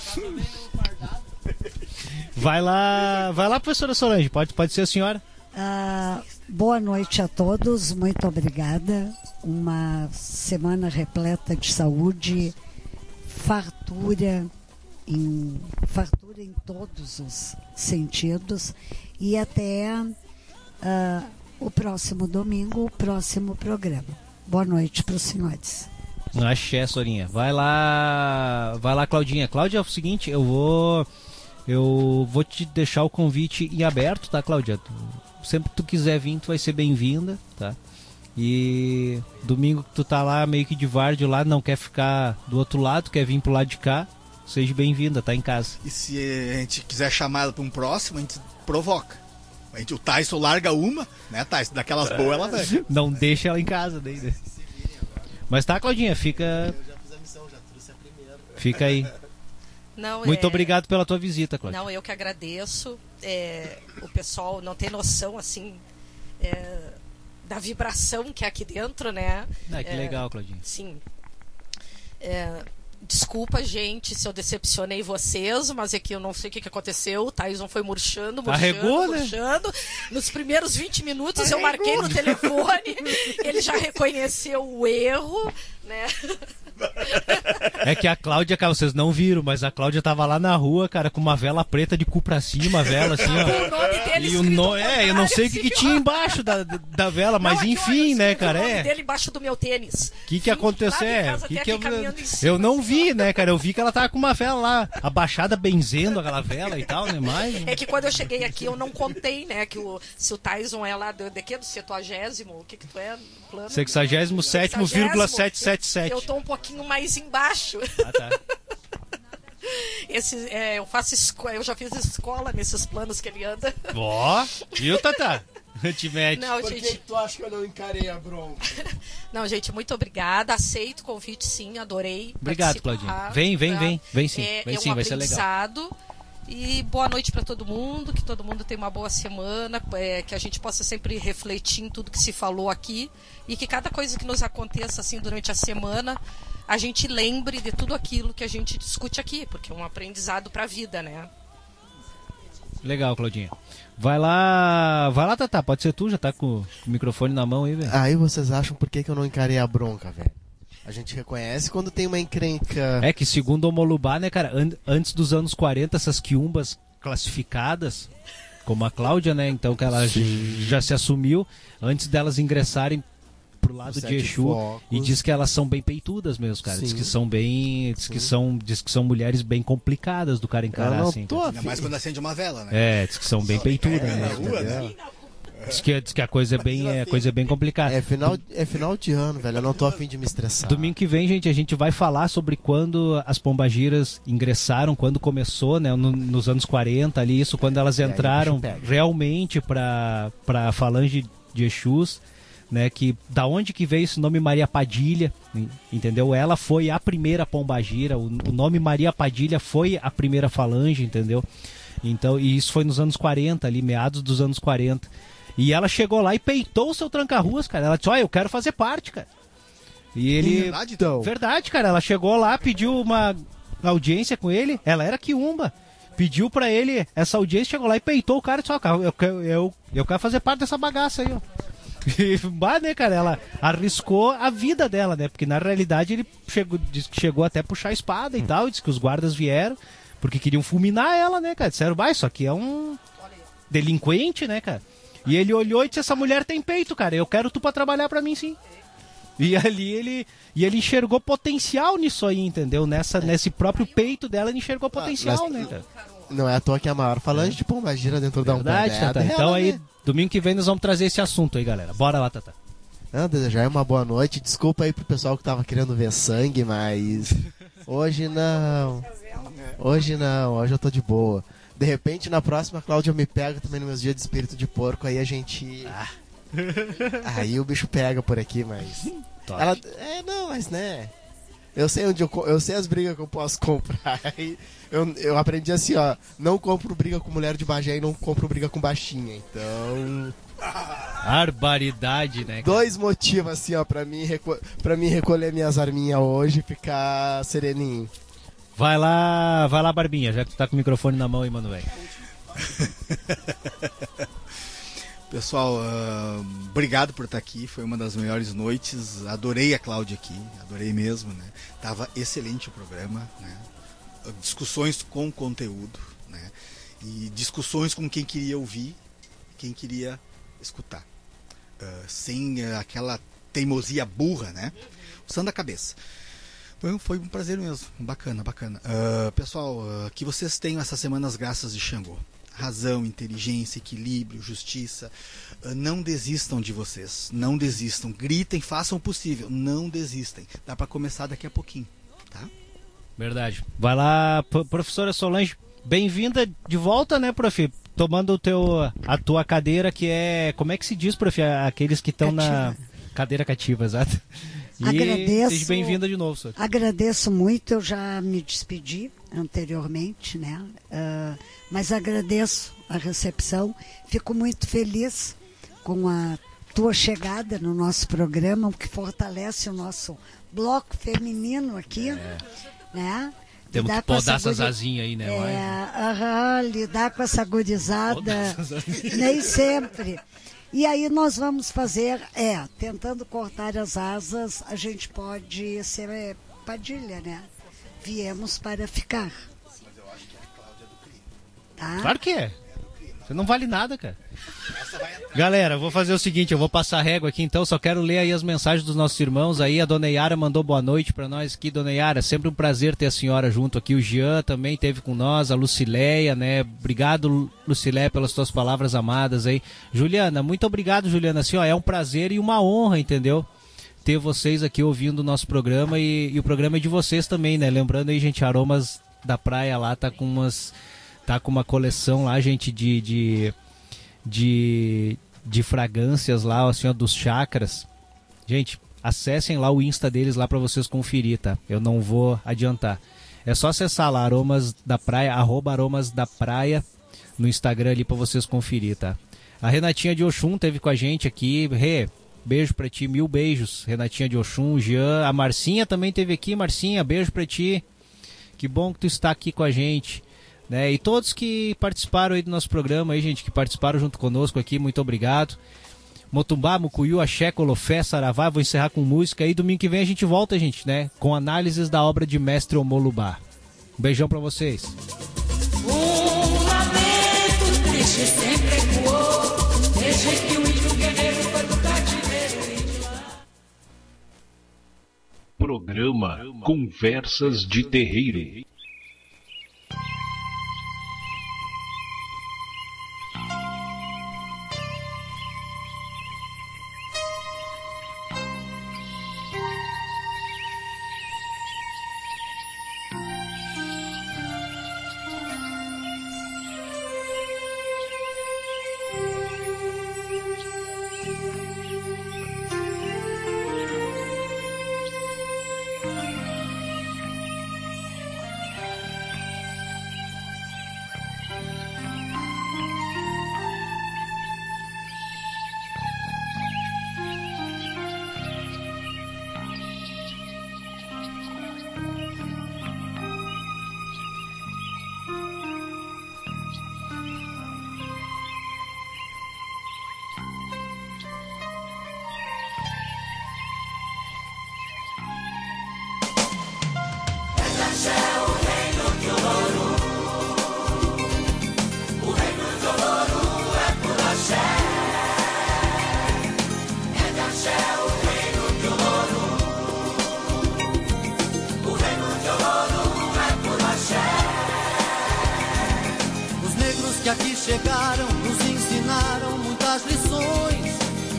Vai lá, vai lá, professora Solange. Pode, pode ser a senhora. Ah, boa noite a todos. Muito obrigada. Uma semana repleta de saúde, fartura em, fartura em todos os sentidos. E até ah, o próximo domingo, o próximo programa. Boa noite para os senhores. Axé, Sorinha. Vai lá, vai lá, Claudinha. Cláudia, é o seguinte, eu vou eu vou te deixar o convite em aberto, tá, Cláudia? Sempre que tu quiser vir, tu vai ser bem-vinda, tá? E domingo que tu tá lá meio que de várzea lá, não quer ficar do outro lado, quer vir pro lado de cá, seja bem-vinda, tá em casa. E se a gente quiser chamar ela para um próximo, a gente provoca. A gente, o Tyson larga uma, né, Tyson? Daquelas boas ela vai. Não deixa ela em casa daí, né? Mas tá, Claudinha, fica. Eu já fiz a missão, já trouxe a primeira. Fica aí. Não, Muito é... obrigado pela tua visita, Claudinha. Não, eu que agradeço. É... O pessoal não tem noção, assim, é... da vibração que é aqui dentro, né? Ah, que é... legal, Claudinha. Sim. É... Desculpa, gente, se eu decepcionei vocês, mas é que eu não sei o que, que aconteceu. O Tyson foi murchando, murchando, Arregou, murchando. Né? Nos primeiros vinte minutos Arregou. eu marquei no telefone, ele já reconheceu o erro, né? É que a Cláudia, cara, vocês não viram, mas a Cláudia tava lá na rua, cara, com uma vela preta de cu pra cima, a vela assim, ó. O nome dele e o no... É, eu não sei o que, que tinha embaixo da, da vela, mas não, enfim, né, cara, o nome é. dele embaixo do meu tênis. O que que aconteceu? É, que que eu... cima, eu não vi, né, cara, eu vi que ela tava com uma vela lá, abaixada, benzendo aquela vela e tal, né, mais. É que quando eu cheguei aqui eu não contei, né, que o, se o Tyson é lá do, de que, do septuagésimo, o que que tu é? Plano, sexagésimo sétimo vírgula setecentos e setenta e sete. Eu, eu tô um pouquinho mais embaixo. Ah, tá. Esse, é, eu faço esco... eu já fiz escola nesses planos que ele anda. Ó, viu, Tata? Te mete. Não, Por gente... que tu acha que eu não encarei a bronca? Não, gente, muito obrigada. Aceito o convite, sim, adorei. Obrigado, Claudinha. Vem, vem, vem. Vem sim, é, vem é sim, um vai ser legal. E boa noite para todo mundo, que todo mundo tenha uma boa semana, é, que a gente possa sempre refletir em tudo que se falou aqui e que cada coisa que nos aconteça assim durante a semana, a gente lembre de tudo aquilo que a gente discute aqui, porque é um aprendizado para a vida, né? Legal, Claudinha. Vai lá, vai lá, Tatá, pode ser tu, já tá com o microfone na mão aí, velho. Aí vocês acham por que, que eu não encarei a bronca, velho? A gente reconhece quando tem uma encrenca. É que segundo o Omolubá, né, cara, an antes dos anos quarenta, essas quiumbas classificadas, como a Cláudia, né, então que ela já se assumiu, antes delas ingressarem pro lado de Exu, focos. E diz que elas são bem peitudas mesmo, cara. Sim. Diz que são bem, diz que são, diz que são mulheres bem complicadas do cara encarar não assim. Tô, ainda mais quando acende uma vela, né? É, diz que são bem peitudas, é, né? Na rua, né? Diz que, diz que a coisa é bem, é, coisa é bem complicada. É final, é final de ano, velho. Eu não tô a fim de me estressar. Domingo que vem, gente, a gente vai falar sobre quando as pombagiras ingressaram, quando começou, né, no, nos anos quarenta ali, isso, quando elas entraram realmente para para a falange de Exus, né, que da onde que veio esse nome Maria Padilha, entendeu? Ela foi a primeira pombagira, o, o nome Maria Padilha foi a primeira falange, entendeu? Então, e isso foi nos anos quarenta ali, meados dos anos quarenta. E ela chegou lá e peitou o seu tranca-ruas, cara. Ela disse, ó, eu quero fazer parte, cara. E ele... Verdade, então. Verdade, cara. Ela chegou lá, pediu uma audiência com ele. Ela era quiumba. Pediu pra ele essa audiência, chegou lá e peitou o cara e disse, ó, eu, eu, eu, eu quero fazer parte dessa bagaça aí, ó. E, bah, né, cara, ela arriscou a vida dela, né? Porque na realidade ele chegou, disse que chegou até a puxar a espada e tal, disse que os guardas vieram porque queriam fulminar ela, né, cara? Disseram, vai, isso aqui é um delinquente, né, cara? E ele olhou e disse, essa mulher tem peito, cara, eu quero tu pra trabalhar pra mim, sim. E ali ele, e ele enxergou potencial nisso aí, entendeu? Nessa, nesse próprio peito dela ele enxergou potencial, mas, né, cara? Não é à toa que a maior falante de pomba gira dentro da Verdade, umbanda. Tata. É Então ela, aí, né? domingo que vem nós vamos trazer esse assunto aí, galera. Bora lá, Tata. Não, desejar uma boa noite. Desculpa aí pro pessoal que tava querendo ver sangue, mas hoje não. Hoje não, hoje eu tô de boa. De repente, na próxima, a Cláudia me pega também nos meus dias de espírito de porco, aí a gente... Ah. Aí o bicho pega por aqui, mas... Top. Ela... É, não, mas né... Eu sei onde eu, eu sei as brigas que eu posso comprar. Eu, eu aprendi assim, ó, não compro briga com mulher de Bagé e não compro briga com baixinha. Então, barbaridade, né, cara? Dois motivos assim, ó, para mim reco... para mim recolher minhas arminhas hoje e ficar sereninho. Vai lá, vai lá, Barbinha, já que tu tá com o microfone na mão aí, mano, velho. Pessoal, uh, obrigado por estar aqui, foi uma das melhores noites, adorei a Cláudia aqui, adorei mesmo, né? Tava excelente o programa, né? Discussões com conteúdo, né? E discussões com quem queria ouvir, quem queria escutar, uh, sem uh, aquela teimosia burra, né? Usando a cabeça. Foi, foi um prazer mesmo, bacana, bacana. Uh, pessoal, uh, que vocês tenham essa semana as graças de Xangô. Razão, inteligência, equilíbrio, justiça. Uh, não desistam de vocês. Não desistam. Gritem, façam o possível. Não desistem. Dá para começar daqui a pouquinho, tá? Verdade. Vai lá, professora Solange. Bem-vinda de volta, né, prof? Tomando o teu, a tua cadeira, que é... Como é que se diz, prof? Aqueles que estão na cadeira cativa, exato. E agradeço, seja bem-vinda de novo, senhor. Agradeço muito, eu já me despedi anteriormente, né? Uh, mas agradeço a recepção, fico muito feliz com a tua chegada no nosso programa, o que fortalece o nosso bloco feminino aqui, é. né? Temos lidar que podar essa essas asinhas aí, né? É, uh-huh, lidar com essa gurizada, nem sempre. E aí nós vamos fazer, é, tentando cortar as asas, a gente pode ser é, Padilha, né? Viemos para ficar. Mas eu acho que é a Cláudia do crime. Tá? Claro que é. Você não vale nada, cara. Galera, vou fazer o seguinte, eu vou passar a régua aqui, então só quero ler aí as mensagens dos nossos irmãos aí. A dona Yara mandou boa noite pra nós aqui. Dona Yara, sempre um prazer ter a senhora junto aqui. O Jean também esteve com nós, a Lucileia, né? Obrigado, Lucileia, pelas tuas palavras amadas aí. Juliana, muito obrigado, Juliana. Assim, ó, é um prazer e uma honra, entendeu? Ter vocês aqui ouvindo o nosso programa e, e o programa é de vocês também, né? Lembrando aí, gente, Aromas da Praia lá tá com umas... Tá com uma coleção lá, gente, de, de, de, de fragrâncias lá, assim, ó, dos chakras. Gente, acessem lá o Insta deles lá para vocês conferir, tá? Eu não vou adiantar. É só acessar lá, Aromas da Praia, arroba Aromas da Praia, no Instagram ali para vocês conferir, tá? A Renatinha de Oxum teve com a gente aqui. Rê, beijo pra ti, mil beijos. Renatinha de Oxum, Jean. A Marcinha também teve aqui. Marcinha, beijo pra ti. Que bom que tu está aqui com a gente. Né? E todos que participaram aí do nosso programa, aí, gente, que participaram junto conosco aqui, muito obrigado. Motumbá, Mucuyu, Axé, Colofé, Saravá, vou encerrar com música aí. Domingo que vem a gente volta, gente, né? Com análises da obra de Mestre Omolubá. Um beijão pra vocês. Um lamento triste sempre ecoou, desde que o índio guerreiro foi pro cativeiro e de lá. Programa Conversas de Terreiro.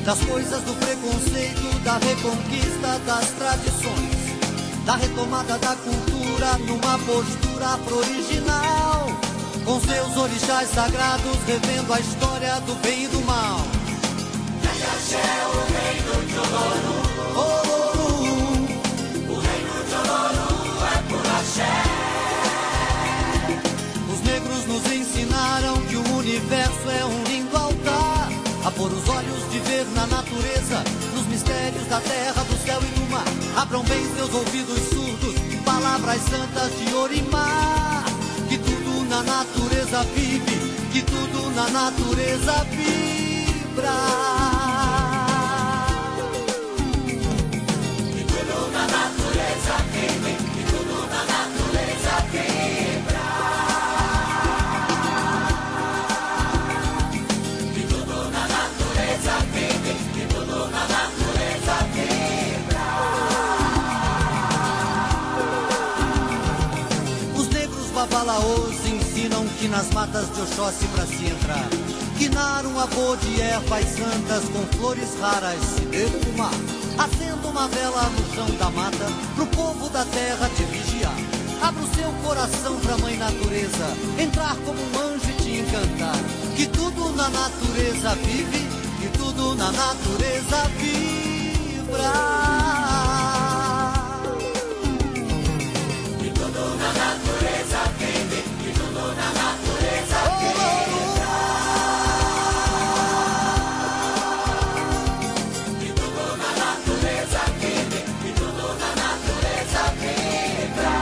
das coisas do preconceito, da reconquista das tradições, da retomada da cultura numa postura afro-original, com seus orixás sagrados revendo a história do bem e do mal. Axé, o reino de Oloru, Oloru, o reino de Oloru é por axé. Os negros nos ensinaram que o universo é um lindo altar, a pôr os olhos de ver na natureza, nos mistérios da terra, do céu e do mar. Abram bem seus ouvidos surdos, palavras santas de Orimar. Que tudo na natureza vive, que tudo na natureza vibra. Que tudo na natureza vive, que tudo na natureza vibra. Que tudo na natureza vive, que tudo na natureza vibra. Os negros babalaôs ensinam que nas matas de Oxóssi pra se entrar, quinar um avô de ervas santas com flores raras se defumar. Acenda uma vela no chão da mata pro povo da terra te vigiar. Abra o seu coração pra mãe natureza, entrar como um anjo e te encantar. Que tudo na natureza vive, que tudo na natureza vibra. Que tudo na natureza vive, que tudo na natureza vibra. Que tudo na natureza vive, que tudo na natureza vibra.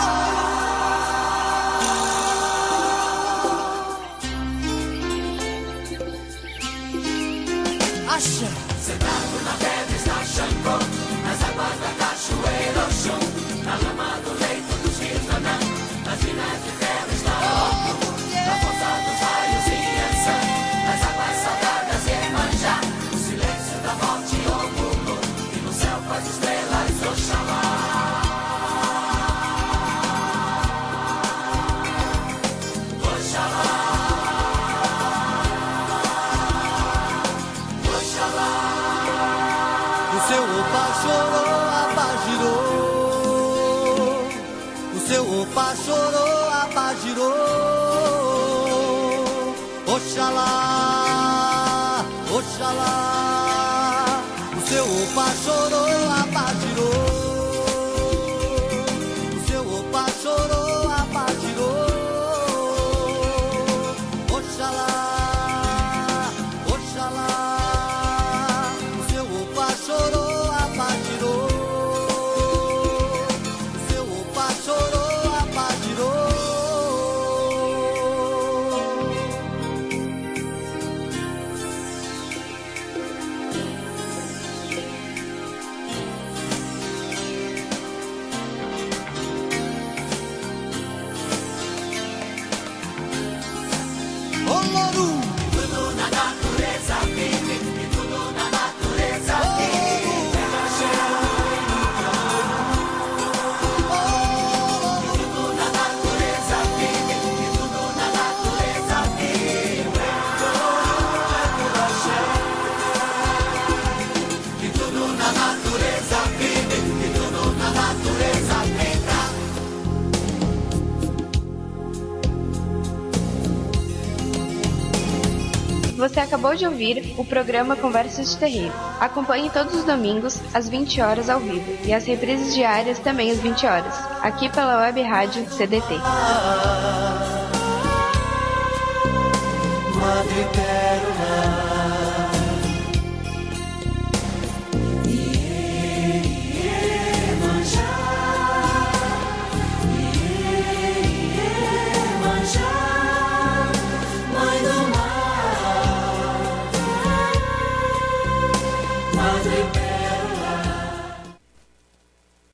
Axé. Sentado na pedra está Xangô, nas águas da cachoeira Oxum, na lama do leito dos rios Nanã, nas minas de ferro está Oco, na força dos raios Inhansã, nas águas salgadas Iemanjá, no silêncio da morte Ogulu, e no céu com as estrelas Oxalá. Oxalá. O seu opa chorou, Abá girou. O seu opa chorou, Abá girou. Oxalá, Oxalá. O seu opa chorou, Abá girou. O seu opa chorou, Abá girou. Oxalá, Oxalá. O seu opa chorou, Abá girou. O seu opa chorou, Abá girou. Oloru. Tudo na natureza vive, e tudo na natureza vive. Tudo na natureza vive, e tudo na natureza vive. E tudo na natureza vive, e tudo na natureza vibra. Você acabou de ouvir o programa Conversas de Terreiro. Acompanhe todos os domingos, às vinte horas ao vivo, e as reprises diárias também às vinte horas, aqui pela Web Rádio C D T. Madre Pérola.